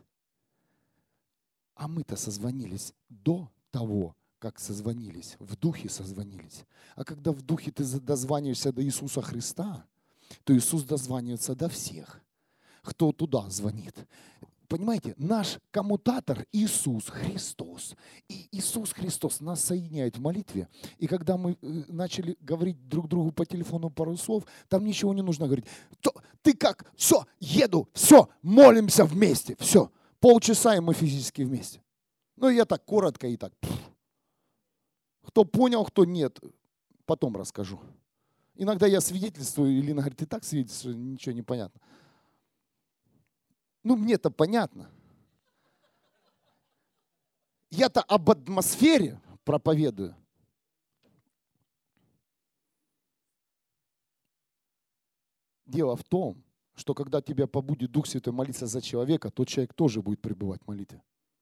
А мы-то созвонились до того, как созвонились. В Духе созвонились. А когда в Духе ты дозваниваешься до Иисуса Христа, то Иисус дозванивается до всех, кто туда звонит. Понимаете, наш коммутатор Иисус Христос. И Иисус Христос нас соединяет в молитве. И когда мы начали говорить друг другу по телефону пару слов, там ничего не нужно говорить. Ты как? Все, еду, все, молимся вместе, все. Полчаса, и мы физически вместе. Ну, я так коротко и так. Кто понял, кто нет, потом расскажу. Иногда я свидетельствую, Илина говорит, ты так свидетельствуешь, ничего не понятно. Ну, мне-то понятно. Я-то об атмосфере проповедую. Дело в том, что когда тебя побудит Дух Святой молиться за человека, то человек тоже будет пребывать в молитве.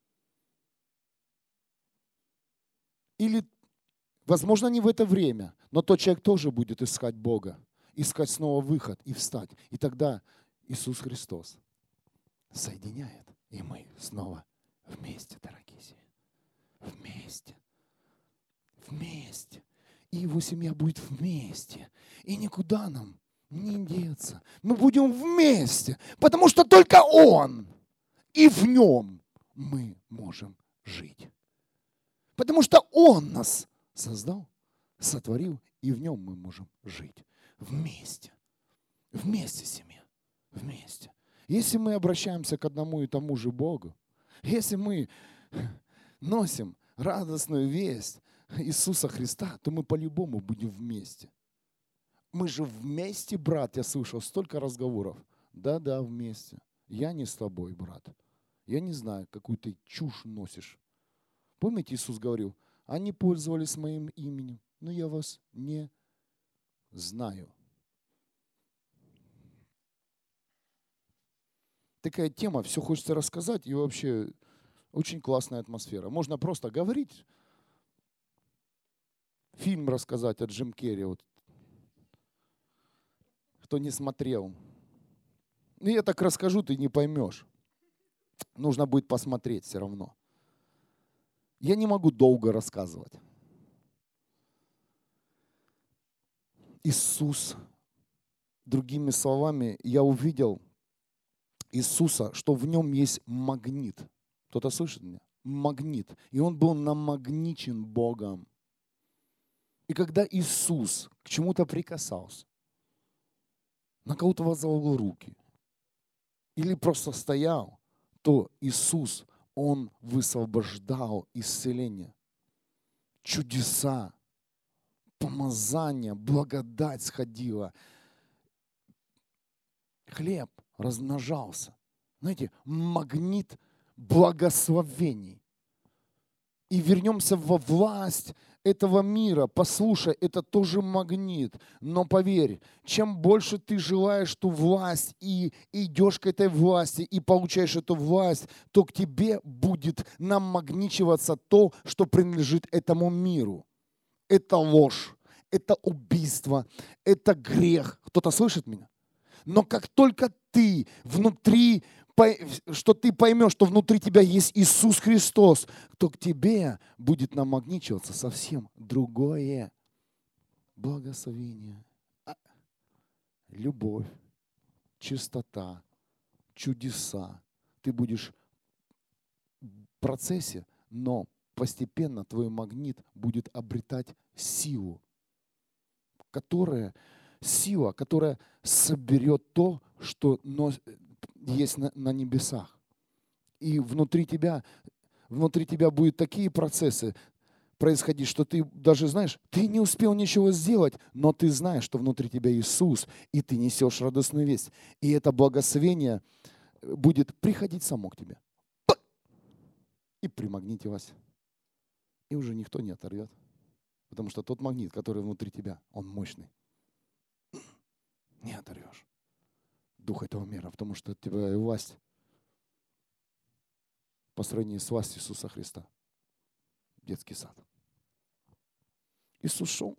Или, возможно, не в это время, но тот человек тоже будет искать Бога, искать снова выход и встать. И тогда Иисус Христос соединяет, и мы снова вместе, дорогие семьи. Вместе. Вместе. И его семья будет вместе. И никуда нам не деться. Мы будем вместе, потому что только Он, и в Нем мы можем жить. Потому что Он нас создал, сотворил, и в Нем мы можем жить. Вместе. Вместе, семья. Вместе. Если мы обращаемся к одному и тому же Богу, если мы носим радостную весть Иисуса Христа, то мы по-любому будем вместе. Мы же вместе, брат, я слышал столько разговоров. Да, вместе. Я не с тобой, брат. Я не знаю, какую ты чушь носишь. Помните, Иисус говорил, они пользовались моим именем, но я вас не знаю. Такая тема, все хочется рассказать, и вообще очень классная атмосфера. Можно просто говорить, фильм рассказать о Джим Керри, вот, кто не смотрел. Ну, я так расскажу, ты не поймешь. Нужно будет посмотреть все равно. Я не могу долго рассказывать. Иисус, другими словами, я увидел Иисуса, что в нем есть магнит. Кто-то слышит меня? Магнит. И он был намагничен Богом. И когда Иисус к чему-то прикасался, на кого-то возлагал руки, или просто стоял, то Иисус, Он высвобождал исцеление, чудеса, помазание, благодать сходила. Хлеб размножался. Знаете, магнит благословений. И вернемся во власть этого мира. Послушай, это тоже магнит. Но поверь, чем больше ты желаешь ту власть и идешь к этой власти и получаешь эту власть, то к тебе будет намагничиваться то, что принадлежит этому миру. Это ложь, это убийство, это грех. Кто-то слышит меня? Но как только ты внутри, что ты поймешь, что внутри тебя есть Иисус Христос, то к тебе будет намагничиваться совсем другое благословение, любовь, чистота, чудеса. Ты будешь в процессе, но постепенно твой магнит будет обретать силу, которая соберет то, что есть на небесах. И внутри тебя будут такие процессы происходить, что ты даже знаешь, ты не успел ничего сделать, но ты знаешь, что внутри тебя Иисус, и ты несешь радостную весть. И это благословение будет приходить само к тебе. И примагнитилось. И уже никто не оторвет. Потому что тот магнит, который внутри тебя, он мощный. Не оторвешь дух этого мира, потому что твоя власть по сравнению с властью Иисуса Христа. Детский сад. Иисус шел,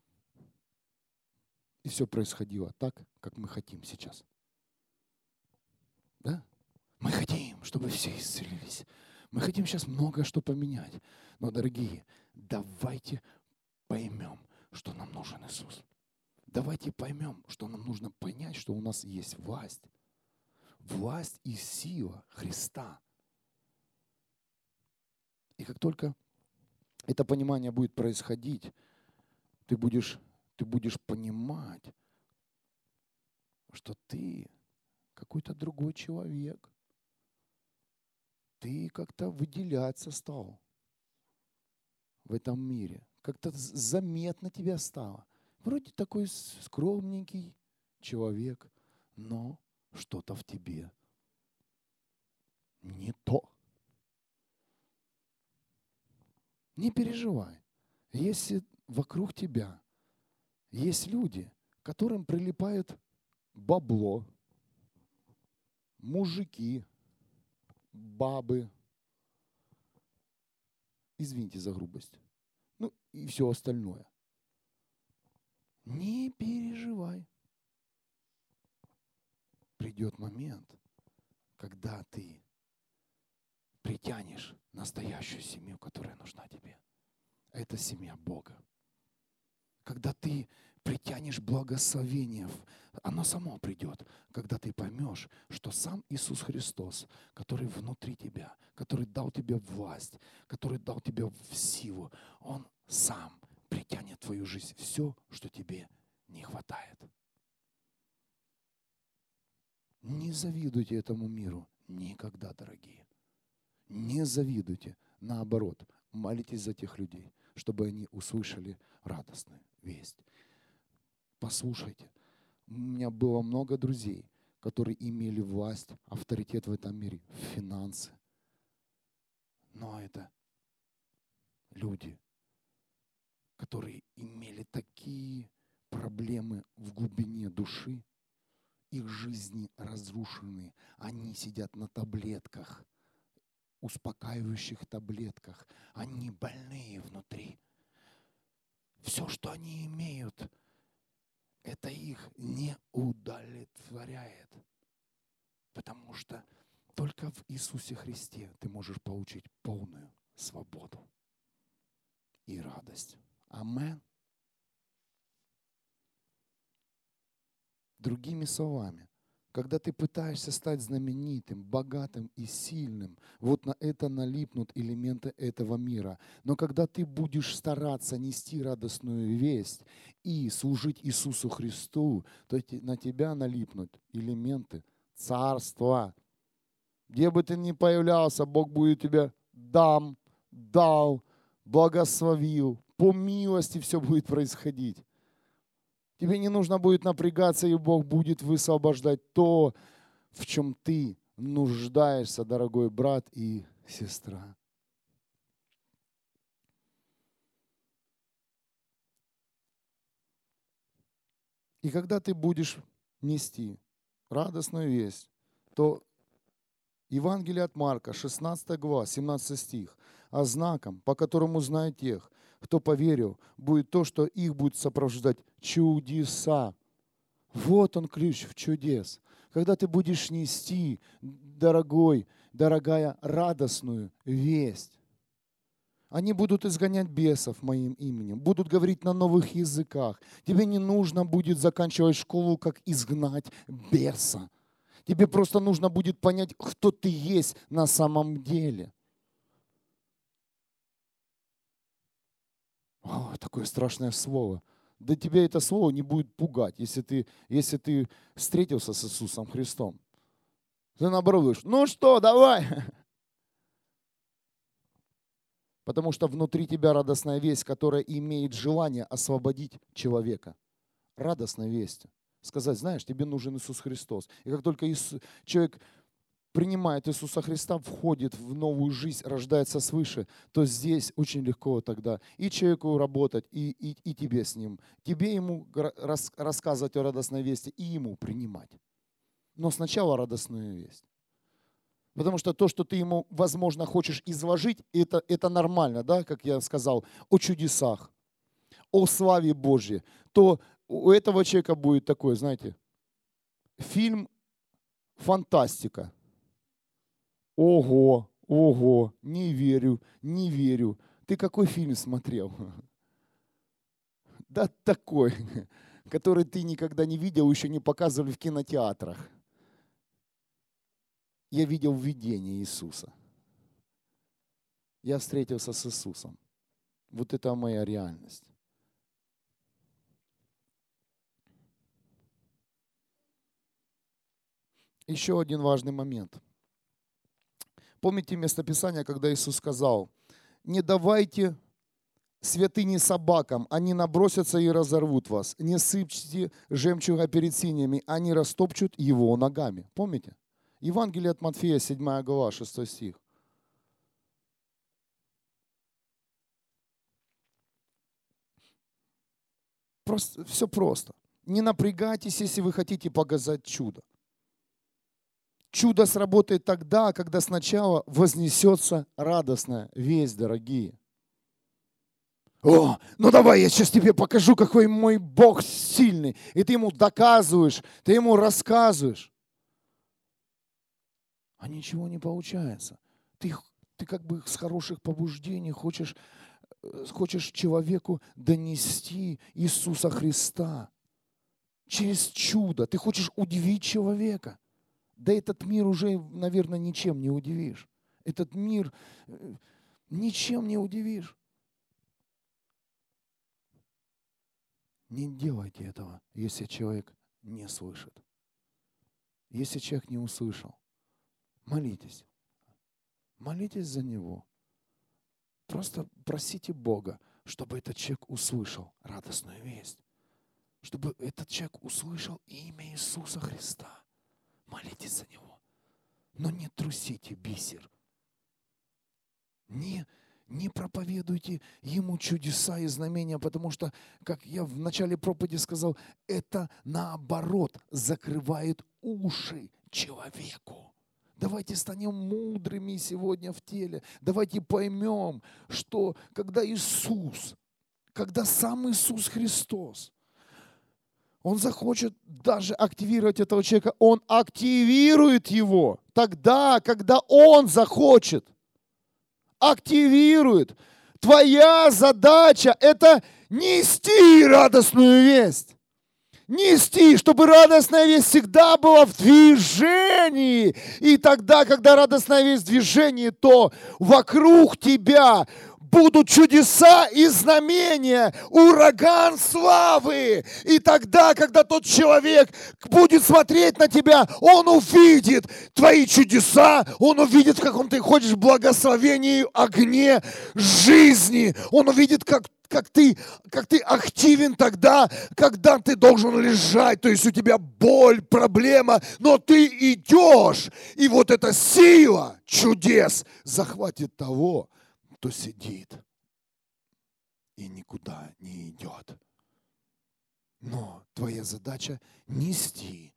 и все происходило так, как мы хотим сейчас. Да? Мы хотим, чтобы все исцелились. Мы хотим сейчас многое что поменять. Но, дорогие, давайте поймем, что нам нужен Иисус. Давайте поймем, что нам нужно понять, что у нас есть власть. власть и сила Христа. И как только это понимание будет происходить, ты будешь понимать, что ты какой-то другой человек. Ты как-то выделяться стал в этом мире. Как-то заметно тебя стало. Вроде такой скромненький человек, но что-то в тебе не то. Не переживай. Если вокруг тебя есть люди, которым прилипает бабло, мужики, бабы, извините за грубость, ну и все остальное. Не переживай. Придет момент, когда ты притянешь настоящую семью, которая нужна тебе. Это семья Бога. Когда ты притянешь благословение, оно само придет, когда ты поймешь, что сам Иисус Христос, который внутри тебя, который дал тебе власть, который дал тебе силу, Он сам притянет в твою жизнь все, что тебе не хватает. Не завидуйте этому миру никогда, дорогие. Не завидуйте. Наоборот, молитесь за тех людей, чтобы они услышали радостную весть. Послушайте, у меня было много друзей, которые имели власть, авторитет в этом мире, финансы. Но это люди, которые имели такие проблемы в глубине души, их жизни разрушены, они сидят на таблетках, успокаивающих таблетках, они больные внутри. Все, что они имеют, это их не удовлетворяет. Потому что только в Иисусе Христе ты можешь получить полную свободу и радость. Амен. Другими словами, когда ты пытаешься стать знаменитым, богатым и сильным, вот на это налипнут элементы этого мира. Но когда ты будешь стараться нести радостную весть и служить Иисусу Христу, то на тебя налипнут элементы царства. Где бы ты ни появлялся, Бог будет тебя дал, благословил. По милости все будет происходить. Тебе не нужно будет напрягаться, и Бог будет высвобождать то, в чем ты нуждаешься, дорогой брат и сестра. И когда ты будешь нести радостную весть, то Евангелие от Марка, 16 глава, 17 стих, а знаком, по которому знают тех, кто поверил, будет то, что их будет сопровождать чудеса. Вот он ключ в чудес. Когда ты будешь нести, дорогая, радостную весть. Они будут изгонять бесов моим именем, будут говорить на новых языках. Тебе не нужно будет заканчивать школу, как изгнать беса. Тебе просто нужно будет понять, кто ты есть на самом деле. О, такое страшное слово. Да тебя это слово не будет пугать, если ты встретился с Иисусом Христом. Ты наоборот говоришь, ну что, давай. Потому что внутри тебя радостная весть, которая имеет желание освободить человека. Радостная весть. Сказать, знаешь, тебе нужен Иисус Христос. И как только человек принимает Иисуса Христа, входит в новую жизнь, рождается свыше, то здесь очень легко тогда и человеку работать, и тебе с ним. Тебе ему рассказывать о радостной вести, и ему принимать. Но сначала радостную весть. Потому что то, что ты ему, возможно, хочешь изложить, это нормально, да, как я сказал, о чудесах, о славе Божьей. То у этого человека будет такой, знаете, фильм фантастика. Ого, не верю. Ты какой фильм смотрел? Да такой, который ты никогда не видел, еще не показывали в кинотеатрах. Я видел видение Иисуса. Я встретился с Иисусом. Вот это моя реальность. Еще один важный момент. Помните местописание, когда Иисус сказал: не давайте святыни собакам, они набросятся и разорвут вас. Не сыпьте жемчуга перед свиньями, они растопчут его ногами. Помните? Евангелие от Матфея, 7 глава, 6 стих. Все просто. Не напрягайтесь, если вы хотите показать чудо. Чудо сработает тогда, когда сначала вознесется радостная весть, дорогие. О, ну давай я сейчас тебе покажу, какой мой Бог сильный. И ты ему доказываешь, ты ему рассказываешь. А ничего не получается. Ты как бы с хороших побуждений хочешь человеку донести Иисуса Христа через чудо. Ты хочешь удивить человека. Да этот мир уже, наверное, ничем не удивишь. Этот мир ничем не удивишь. Не делайте этого, если человек не слышит. Если человек не услышал, молитесь. Молитесь за него. Просто просите Бога, чтобы этот человек услышал радостную весть. Чтобы этот человек услышал имя Иисуса Христа. Молитесь за него. Но не трусите бисер. Не проповедуйте ему чудеса и знамения, потому что, как я в начале проповеди сказал, это наоборот закрывает уши человеку. Давайте станем мудрыми сегодня в теле. Давайте поймем, что когда сам Иисус Христос, Он захочет даже активировать этого человека, Он активирует его тогда, когда Он захочет. Активирует. Твоя задача – это нести радостную весть. Нести, чтобы радостная весть всегда была в движении. И тогда, когда радостная весть в движении, то вокруг тебя будут чудеса и знамения, ураган славы. И тогда, когда тот человек будет смотреть на тебя, он увидит твои чудеса, он увидит, в каком ты ходишь в благословении, огне жизни. Он увидит, как ты активен тогда, когда ты должен лежать, то есть у тебя боль, проблема, но ты идешь, и вот эта сила чудес захватит того, кто сидит и никуда не идет. Но твоя задача нести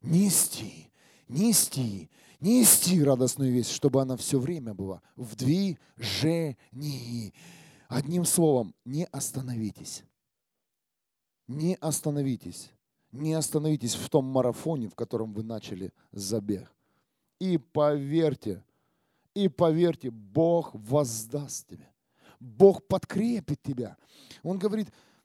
радостную весть, чтобы она все время была в движении. Одним словом, не остановитесь. Не остановитесь. Не остановитесь в том марафоне, в котором вы начали забег. И поверьте, Бог воздаст тебе. Бог подкрепит тебя. Он говорит,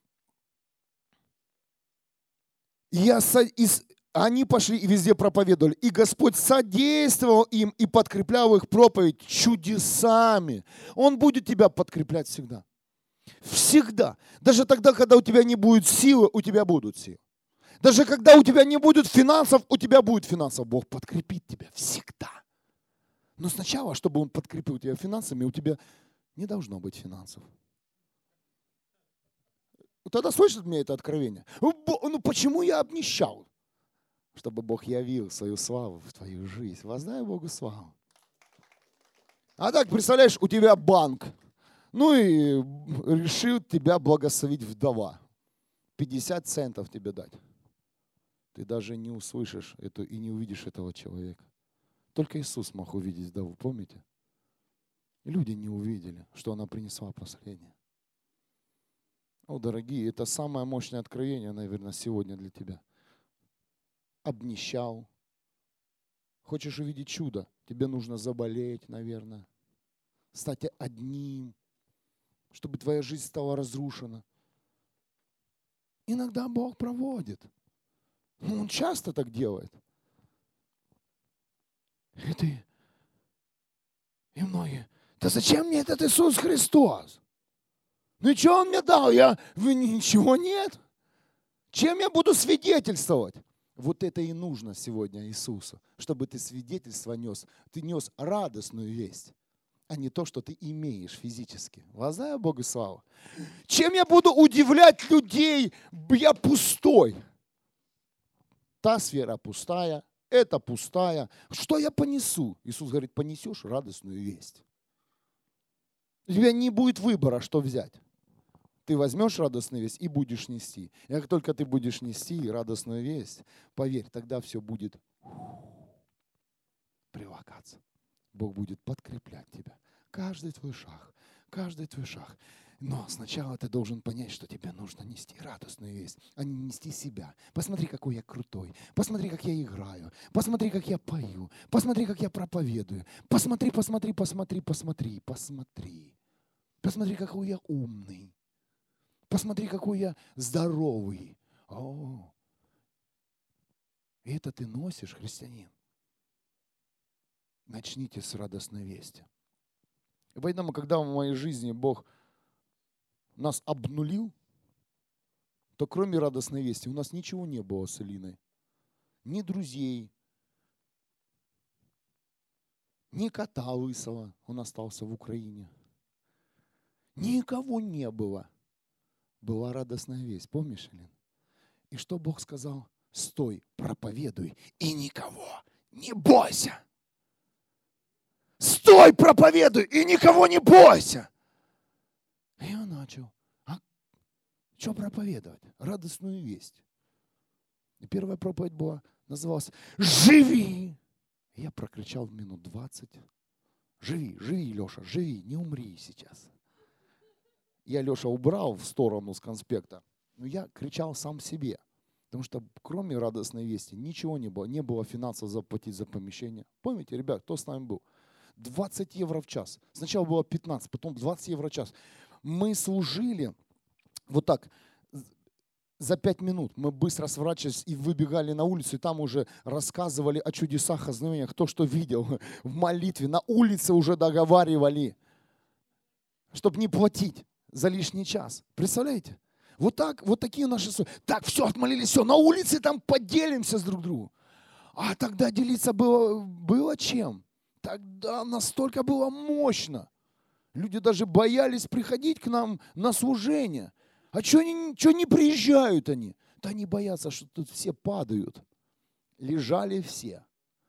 они пошли и везде проповедовали. И Господь содействовал им и подкреплял их проповедь чудесами. Он будет тебя подкреплять всегда. Всегда. Даже тогда, когда у тебя не будет силы, у тебя будут силы. Даже когда у тебя не будет финансов, у тебя будет финансов. Бог подкрепит тебя всегда. Но сначала, чтобы Он подкрепил тебя финансами, у тебя не должно быть финансов. Тогда слышит мне это откровение? Ну почему я обнищал? Чтобы Бог явил свою славу в твою жизнь. Воздай Богу славу. А так, представляешь, у тебя банк. Ну и решил тебя благословить вдова. 50 центов тебе дать. Ты даже не услышишь это и не увидишь этого человека. Только Иисус мог увидеть вдову, помните? Люди не увидели, что она принесла последнее. О, дорогие, это самое мощное откровение, наверное, сегодня для тебя. Обнищал. Хочешь увидеть чудо? Тебе нужно заболеть, наверное. Стать одним, чтобы твоя жизнь стала разрушена. Иногда Бог проводит. Но Он часто так делает. И ты, и многие, да зачем мне этот Иисус Христос? Ну и что Он мне дал? Ничего нет. Чем я буду свидетельствовать? Вот это и нужно сегодня Иисусу, чтобы ты свидетельство нес. Ты нес радостную весть, а не то, что ты имеешь физически. Воздай Богу славу. Чем я буду удивлять людей? Я пустой. Та сфера пустая, эта пустая. Что я понесу? Иисус говорит, понесешь радостную весть. У тебя не будет выбора, что взять. Ты возьмешь радостную весть и будешь нести. И как только ты будешь нести радостную весть, поверь, тогда все будет прилагаться. Бог будет подкреплять тебя. Каждый твой шаг, каждый твой шаг. Но сначала ты должен понять, что тебе нужно нести радостную весть, а не нести себя. Посмотри, какой я крутой. Посмотри, как я играю. Посмотри, как я пою. Посмотри, как я проповедую. Посмотри, посмотри, посмотри, посмотри, посмотри. Посмотри, какой я умный. Посмотри, какой я здоровый. О, это ты носишь, христианин. Начните с радостной вести. И поэтому, когда в моей жизни Бог нас обнулил, то кроме радостной вести у нас ничего не было с Элиной. Ни друзей, ни кота лысого, он остался в Украине. Никого не было. Была радостная весть, помнишь, Элин? И что Бог сказал? Стой, проповедуй и никого не бойся. Стой, проповедуй и никого не бойся. И я начал. А что проповедовать? Радостную весть. И первая проповедь была, называлась «Живи». И я прокричал минут 20. Живи, живи, Леша, живи, не умри сейчас. Я Леша убрал в сторону с конспекта, но я кричал сам себе. Потому что кроме радостной вести ничего не было. Не было финансов заплатить за помещение. Помните, ребят, кто с нами был? 20 евро в час. Сначала было 15, потом 20 евро в час. Мы служили вот так, за 5 минут. Мы быстро сворачивались и выбегали на улицу, и там уже рассказывали о чудесах, о знамениях, кто что видел. В молитве на улице уже договаривали, чтобы не платить за лишний час. Представляете? Вот так, вот такие наши... Так, все, отмолились, все, на улице там поделимся с друг другом. А тогда делиться было чем? Тогда настолько было мощно. Люди даже боялись приходить к нам на служение. А что не приезжают они? Да они боятся, что тут все падают. Лежали все.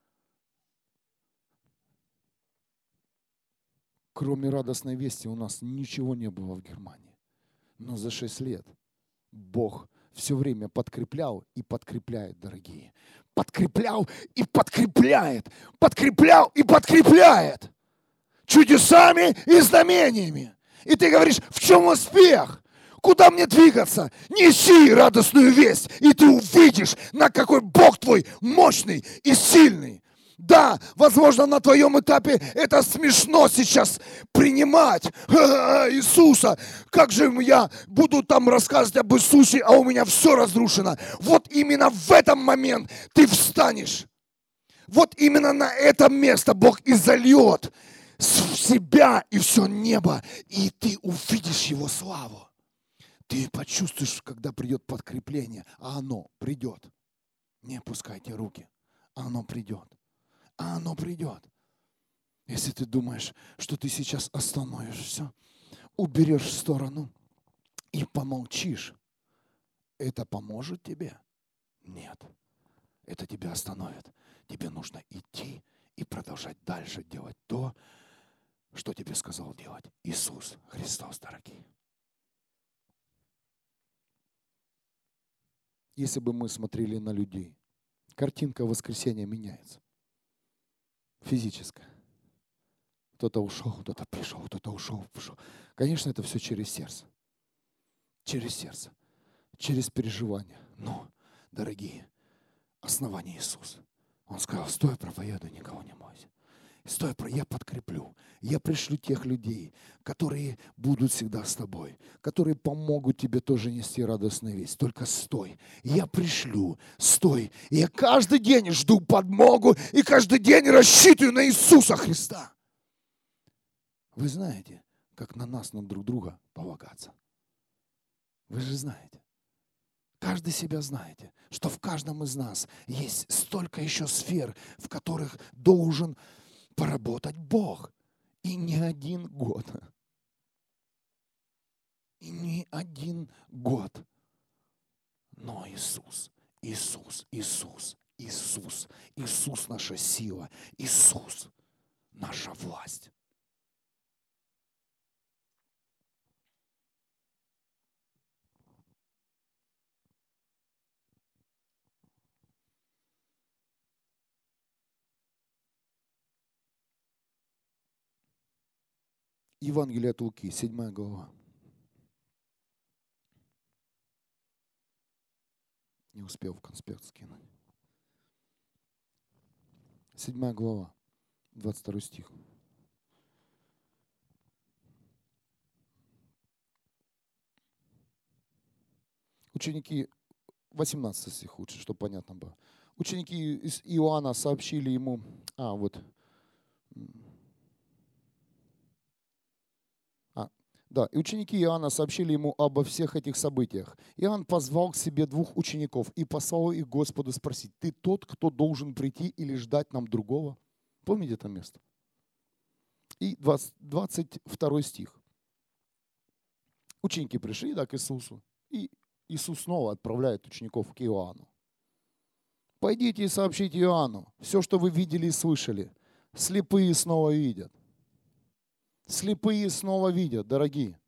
Кроме радостной вести у нас ничего не было в Германии. Но за 6 лет Бог все время подкреплял и подкрепляет, дорогие. Подкреплял и подкрепляет. Подкреплял и подкрепляет. Чудесами и знамениями. И ты говоришь, в чем успех? Куда мне двигаться? Неси радостную весть, и ты увидишь, на какой Бог твой мощный и сильный. Да, возможно, на твоем этапе это смешно сейчас принимать. Иисуса, как же я буду там рассказывать об Иисусе, а у меня все разрушено. Вот именно в этом момент ты встанешь. Вот именно на это место Бог и зальет в себя и все небо, и ты увидишь Его славу. Ты почувствуешь, когда придет подкрепление, а оно придет. Не опускайте руки, оно придет. А оно придет. Если ты думаешь, что ты сейчас остановишься, уберешь в сторону и помолчишь, это поможет тебе? Нет. Это тебя остановит. Тебе нужно идти и продолжать дальше делать то, что тебе сказал делать Иисус Христос, дорогие. Если бы мы смотрели на людей, картинка воскресения меняется. Физическое. Кто-то ушел, кто-то пришел, кто-то ушел, пришел. Конечно, это все через сердце. Через сердце. Через переживания. Но, дорогие, основание Иисус. Он сказал, стой, проповедуй, никого не бойся. Стой, я подкреплю. Я пришлю тех людей, которые будут всегда с тобой, которые помогут тебе тоже нести радостную весть. Только стой. Я пришлю. Стой. И я каждый день жду подмогу и каждый день рассчитываю на Иисуса Христа. Вы знаете, как на нас, на друг друга полагаться. Вы же знаете. Каждый себя знаете, что в каждом из нас есть столько еще сфер, в которых должен поработать Бог. И не один год. И не один год. Но Иисус, Иисус, Иисус, Иисус, Иисус наша сила, Иисус наша власть. Евангелие от Луки, 7 глава. Не успел в конспект скинуть. 7 глава, 22 стих. Ученики, 18 стих лучше, чтобы понятно было. Ученики из Иоанна сообщили ему, и ученики Иоанна сообщили ему обо всех этих событиях. Иоанн позвал к себе 2 учеников и послал их Господу спросить: ты тот, кто должен прийти или ждать нам другого? Помните это место? И 22 стих. Ученики пришли к Иисусу, и Иисус снова отправляет учеников к Иоанну. Пойдите и сообщите Иоанну все, что вы видели и слышали. Слепые снова видят. Слепые снова видят, дорогие.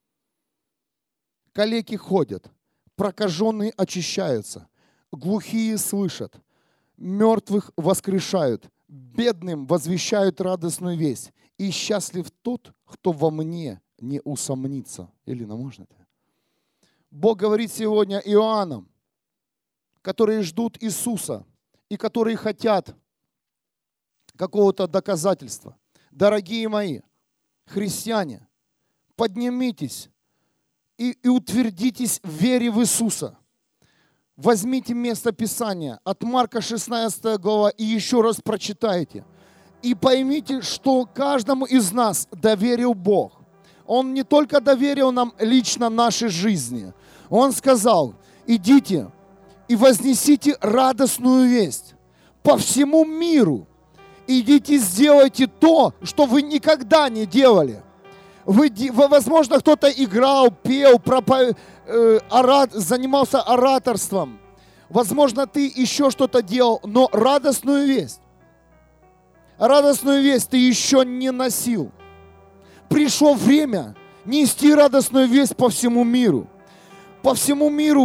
Калеки ходят, прокаженные очищаются, глухие слышат, мертвых воскрешают, бедным возвещают радостную весть. И счастлив тот, кто во мне не усомнится. Элина, можно это? Бог говорит сегодня Иоаннам, которые ждут Иисуса и которые хотят какого-то доказательства. Дорогие мои, христиане, поднимитесь и утвердитесь в вере в Иисуса. Возьмите место Писания от Марка 16 глава и еще раз прочитайте. И поймите, что каждому из нас доверил Бог. Он не только доверил нам лично нашей жизни. Он сказал: идите и вознесите радостную весть по всему миру. Идите, сделайте то, что вы никогда не делали. Возможно, кто-то играл, пел, занимался ораторством. Возможно, ты еще что-то делал, но радостную весть ты еще не носил. Пришло время нести радостную весть по всему миру. По всему миру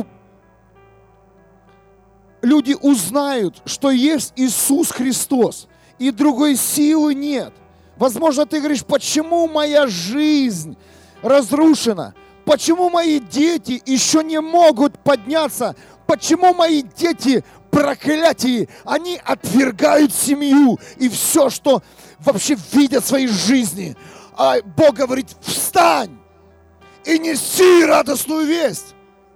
люди узнают, что есть Иисус Христос. И другой силы нет. Возможно, ты говоришь: почему моя жизнь разрушена? Почему мои дети еще не могут подняться? Почему мои дети проклятые? Они отвергают семью и все, что вообще видят в своей жизни. А Бог говорит: встань и неси радостную весть.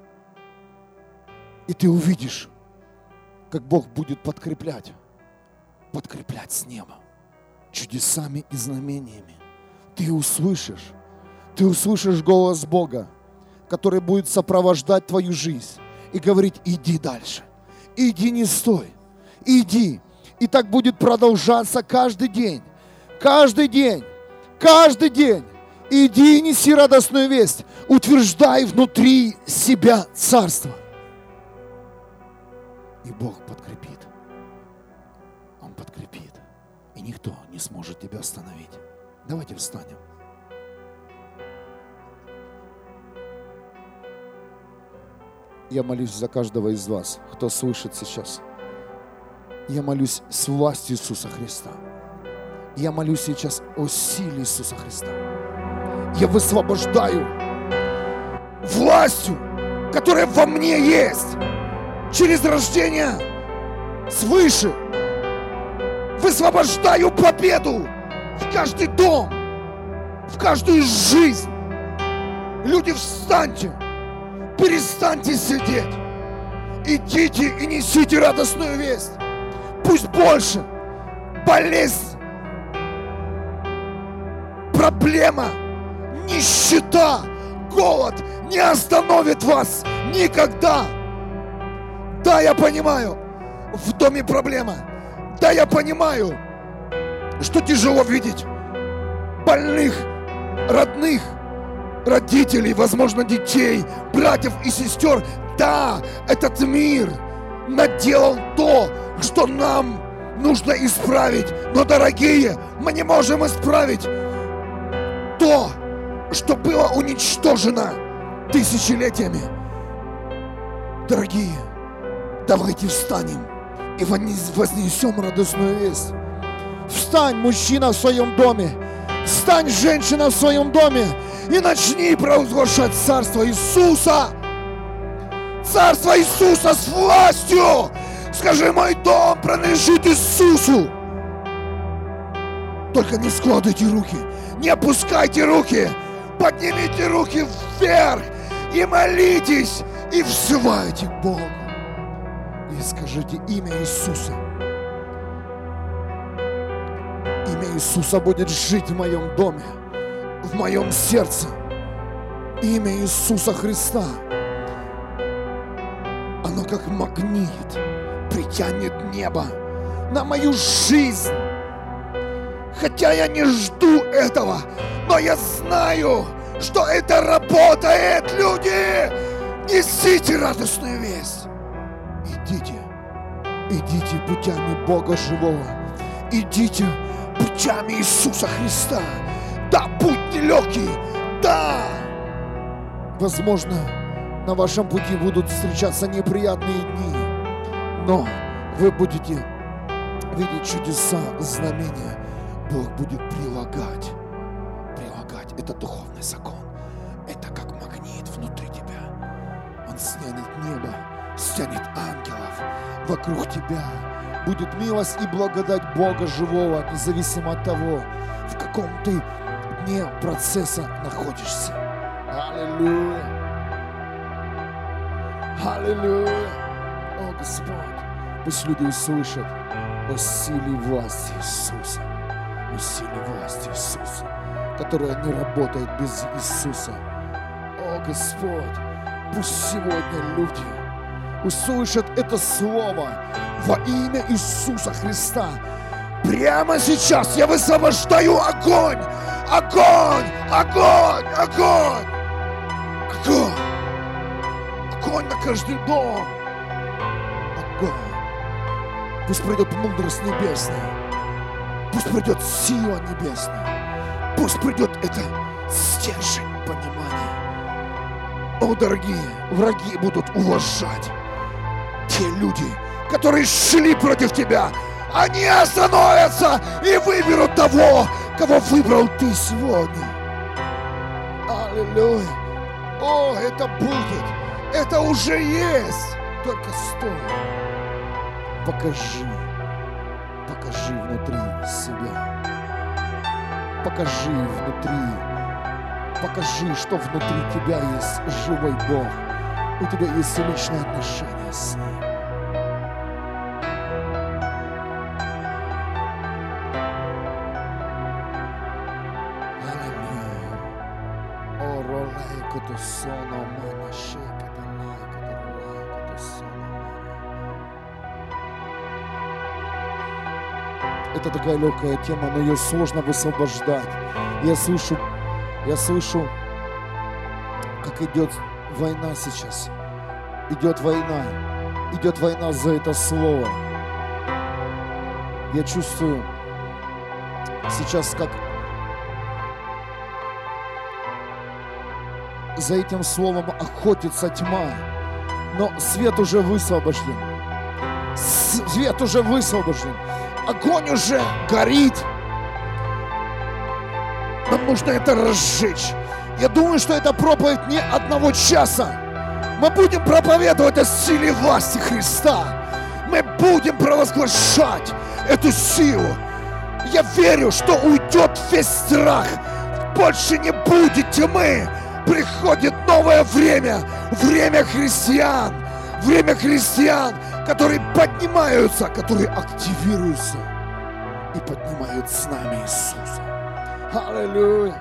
И ты увидишь, как Бог будет подкреплять с неба чудесами и знамениями. Ты услышишь голос Бога, который будет сопровождать твою жизнь и говорить: иди дальше, иди, не стой, иди. И так будет продолжаться каждый день. Иди и неси радостную весть, утверждай внутри себя царство. И Бог подкрепит. Он подкрепит. И никто не сможет тебя остановить. Давайте встанем. Я молюсь за каждого из вас, кто слышит сейчас. Я молюсь с властью Иисуса Христа. Я молюсь сейчас о силе Иисуса Христа. Я высвобождаю властью, которая во мне есть, через рождение свыше, Высвобождаю победу в каждый дом, в каждую жизнь. Люди, встаньте, перестаньте сидеть. Идите и несите радостную весть. Пусть больше болезнь, проблема, нищета, голод не остановит вас никогда. Да, я понимаю, в доме проблема. Да, я понимаю, что тяжело видеть больных, родных, родителей, возможно, детей, братьев и сестер. Да, этот мир наделал то, что нам нужно исправить. Но, дорогие, мы не можем исправить то, что было уничтожено тысячелетиями. Дорогие, давайте встанем и вознесем радостную весть. Встань, мужчина, в своем доме. Встань, женщина, в своем доме. И начни провозглашать Царство Иисуса. Царство Иисуса с властью. Скажи: мой дом принадлежит Иисусу. Только не складывайте руки, не опускайте руки. Поднимите руки вверх и молитесь, и взывайте к Богу. И скажите: имя Иисуса. Имя Иисуса будет жить в моем доме, в моем сердце. Имя Иисуса Христа, оно как магнит притянет небо на мою жизнь. Хотя я не жду этого, но я знаю, что это работает. Люди, несите радостную весть. Идите путями Бога живого. Идите путями Иисуса Христа. Да, путь нелегкий, да. Возможно, на вашем пути будут встречаться неприятные дни, но вы будете видеть чудеса, знамения. Бог будет прилагать. Это духовный закон. Это как магнит внутри тебя. Он стянет небо, стянет ангелов вокруг тебя. Будет милость и благодать Бога живого, независимо от того, в каком ты дне процесса находишься. Аллилуйя! Аллилуйя! О, Господь! Пусть люди услышат о силе власти Иисуса. О силе власти Иисуса, которая не работает без Иисуса. О, Господь! Пусть сегодня люди услышат это слово во имя Иисуса Христа. Прямо сейчас я высвобождаю огонь! Огонь! Огонь! Огонь! Огонь! Огонь на каждый дом! Огонь! Пусть придет мудрость небесная. Пусть придет сила небесная. Пусть придет это стержень понимания. О, дорогие, враги будут уважать. Те люди, которые шли против тебя, они остановятся и выберут того, кого выбрал ты сегодня. Аллилуйя. О, это будет. Это уже есть. Только стой. Покажи внутри себя. Покажи внутри. Покажи, что внутри тебя есть живой Бог. У тебя есть личное отношение с Ним. Аллилуйя. О, ролай, кото соно, мана, шека, талай, кото ролай, кото соно, мана. Это такая легкая тема, но ее сложно высвобождать. Я слышу, как идет война сейчас. Идет война за это слово. Я чувствую сейчас, как за этим словом охотится тьма, но свет уже высвобожден. Свет уже высвобожден. Огонь уже горит. Нам нужно это разжечь. Я думаю, что это проповедь не одного часа. Мы будем проповедовать о силе власти Христа. Мы будем провозглашать эту силу. Я верю, что уйдет весь страх. Больше не будет тьмы. Приходит новое время. Время христиан. Время христиан, которые поднимаются, которые активируются и поднимают с нами Иисуса. Аллилуйя.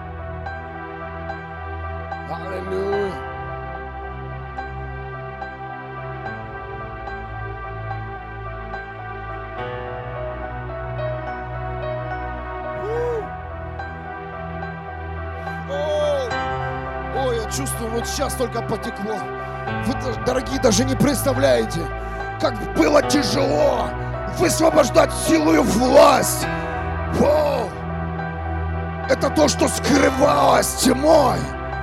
Аллилуйя. Ой, я чувствую, вот сейчас только потекло. Вы, дорогие, даже не представляете, как было тяжело высвобождать силу и власть. О, это то, что скрывалось тьмой.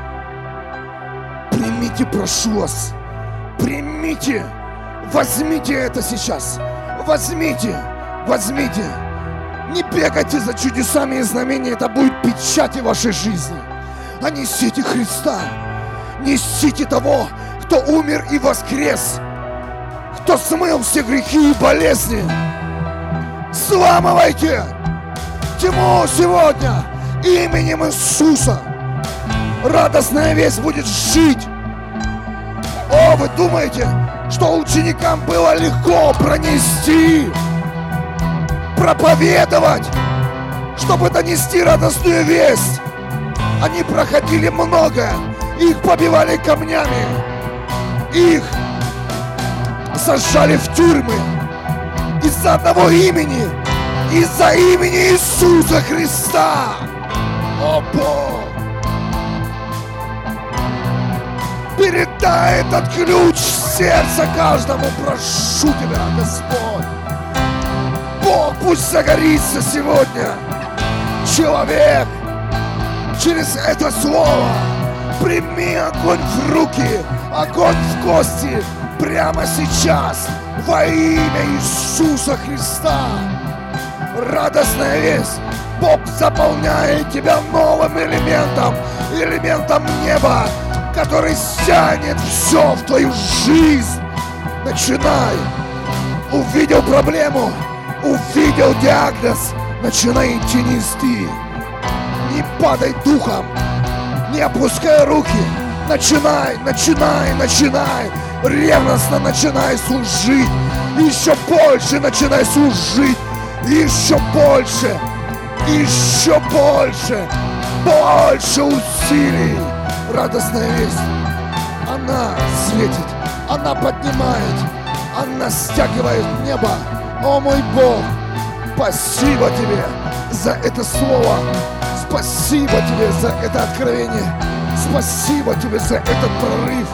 Примите, прошу вас, примите, возьмите это сейчас, возьмите, возьмите. Не бегайте за чудесами и знамениями, это будет печати вашей жизни. А несите Христа, несите того, кто умер и воскрес, кто смыл все грехи и болезни. Сламывайте тьму сегодня именем Иисуса. Радостная весть будет жить. О, вы думаете, что ученикам было легко пронести, проповедовать, чтобы донести радостную весть? Они проходили многое, их побивали камнями, их сажали в тюрьмы из-за одного имени, из-за имени Иисуса Христа. О, Бог! Передай этот ключ в сердце каждому, прошу Тебя, Господь. Бог, пусть загорится сегодня человек через это слово. Прими огонь в руки, огонь в кости прямо сейчас во имя Иисуса Христа. Радостная весть. Бог заполняет тебя новым элементом, элементом неба, который стянет все в твою жизнь. Начинай. Увидел проблему, увидел диагноз, начинай идти нести. Не падай духом, не опускай руки. Начинай, начинай, начинай. Ревностно начинай служить. Еще больше начинай служить. Еще больше. Еще больше. Больше усилий. Радостная весть. Она светит. Она поднимает. Она стягивает небо. О мой Бог, спасибо Тебе за это слово. Спасибо Тебе за это откровение. Спасибо Тебе за этот прорыв.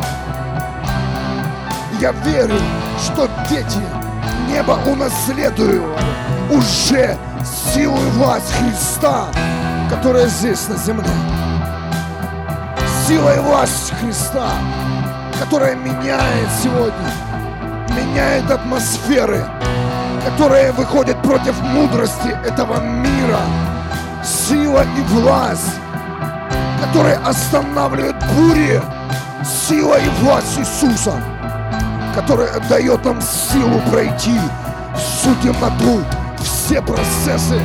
Я верю, что дети неба унаследуют уже силу и власть Христа, которая здесь на земле. Сила и власть Христа, которая меняет сегодня, меняет атмосферы, которая выходит против мудрости этого мира. Сила и власть, которая останавливает бури. Сила и власть Иисуса, которая дает нам силу пройти всю темноту, все процессы.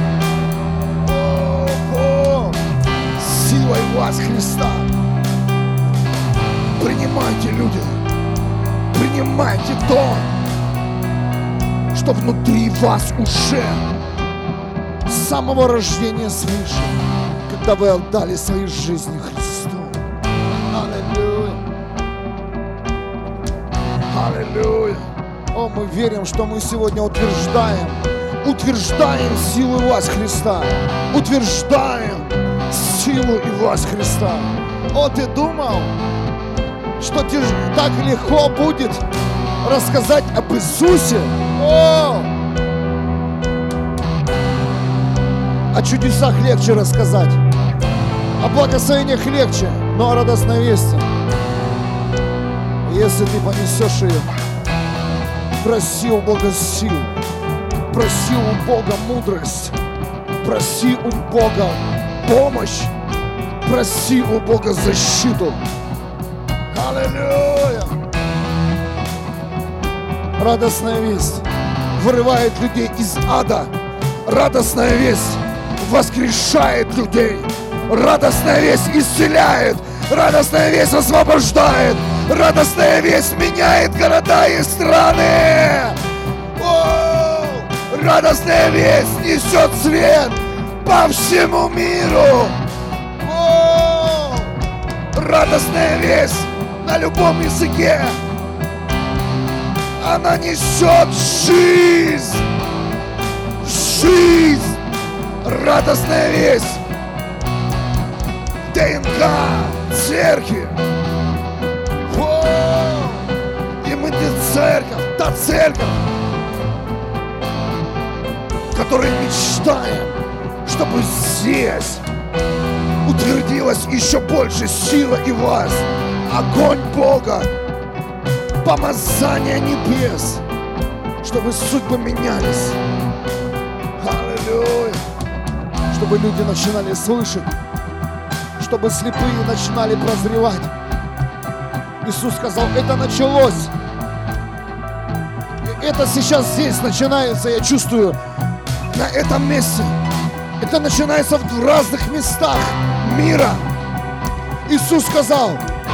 Сила и власть Христа. Принимайте, люди, принимайте то, что внутри вас уже с самого рождения свыше, когда вы отдали свои жизни Христу. Аллилуйя. Аллилуйя. О, мы верим, что мы сегодня утверждаем силу и власть Христа. Утверждаем силу и власть Христа. О, ты думал, что тебе так легко будет рассказать об Иисусе? О! О чудесах легче рассказать, о благословениях легче, но о радостной вести, если ты понесешь ее, проси у Бога сил, проси у Бога мудрость, проси у Бога помощь, проси у Бога защиту. Аллилуйя! Радостная весть вырывает людей из ада Радостная весть воскрешает людей. Радостная весть исцеляет. Радостная весть освобождает. Радостная весть меняет города и страны. О! Радостная весть несет свет по всему миру. О! Радостная весть на любом языке. Она несет жизнь. Жизнь. Радостная весть. ДНК церкви. И мы та церковь, которой мечтаем, чтобы здесь утвердилась еще больше сила и власть, огонь Бога, помазание небес, чтобы судьбы менялись. Аллилуйя. Чтобы люди начинали слышать, чтобы слепые начинали прозревать. Иисус сказал, это началось. И это сейчас здесь начинается, я чувствую, на этом месте. Это начинается в разных местах мира. Иисус сказал,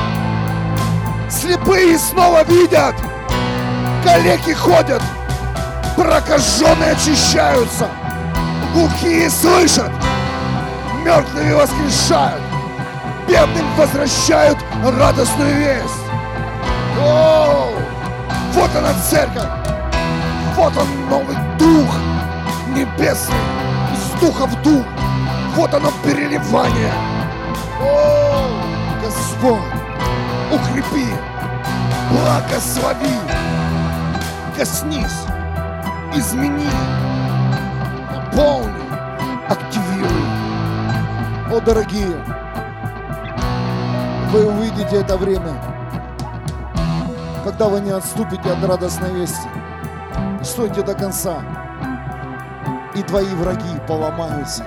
слепые снова видят, калеки ходят, прокаженные очищаются, глухие слышат, мертвые воскрешают, бедным возвращают радостную весть. О, вот она церковь, вот он новый дух небесный, из духа в дух, вот оно переливание. О, Господь, укрепи, благослови, коснись, измени, наполни, активируй. О, дорогие, вы увидите это время, когда вы не отступите от радостной вести. Стойте до конца, и твои враги поломаются.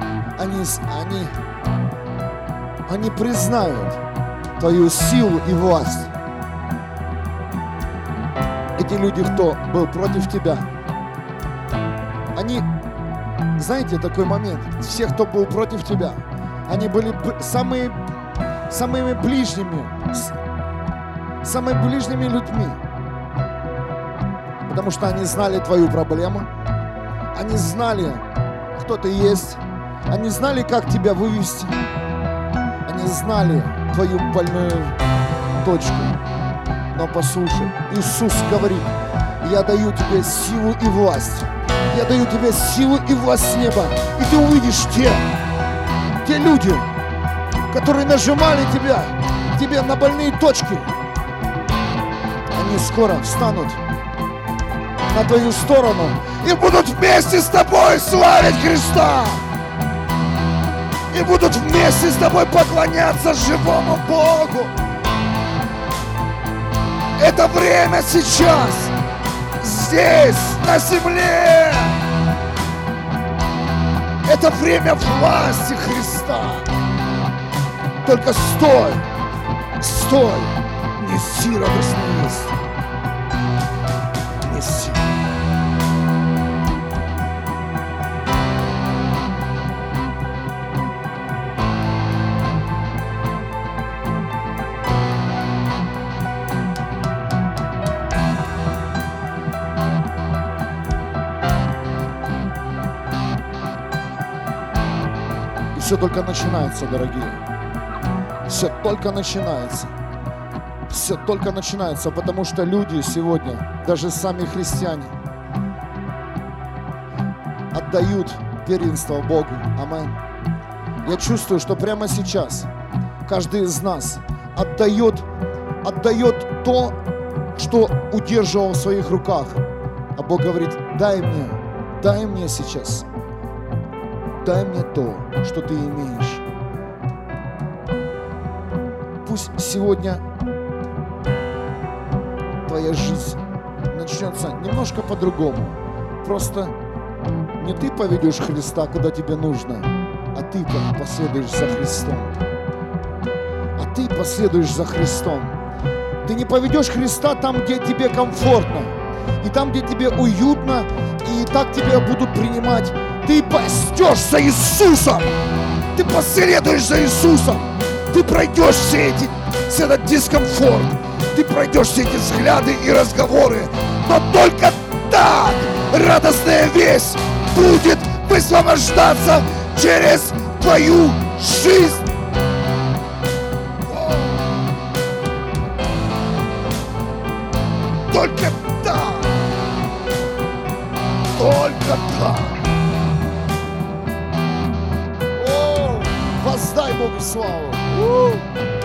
Они признают твою силу и власть. Эти люди, кто был против тебя, они, знаете, такой момент, все, кто был против тебя, они были самыми ближними людьми, потому что они знали твою проблему, они знали, кто ты есть, они знали, как тебя вывести, они знали твою больную точку. Но послушай, Иисус говорит, я даю тебе силу и власть, я даю тебе силу и власть с неба, и ты увидишь те люди, которые нажимали тебе на больные точки, они скоро встанут на твою сторону и будут вместе с тобой славить Христа. И будут вместе с тобой поклоняться живому Богу. Это время сейчас, здесь, на земле. Это время власти Христа. Только стой, неси радостную весть. Неси. И все только начинается, дорогие. Все только начинается. Все только начинается, потому что люди сегодня, даже сами христиане, отдают первенство Богу. Аминь. Я чувствую, что прямо сейчас каждый из нас отдает то, что удерживал в своих руках. А Бог говорит, дай мне сейчас. Дай мне то, что ты имеешь. Пусть сегодня твоя жизнь начнется немножко по-другому. Просто не ты поведешь Христа, куда тебе нужно, а ты последуешь за Христом. А ты последуешь за Христом. Ты не поведешь Христа там, где тебе комфортно, и там, где тебе уютно, и так тебя будут принимать ты пойдешь за Иисусом, ты последуешь за Иисусом, ты пройдешь все этот дискомфорт, ты пройдешь все эти взгляды и разговоры, но только так радостная весть будет высвобождаться через твою жизнь. Только так. Только так. О, воздай Богу славу.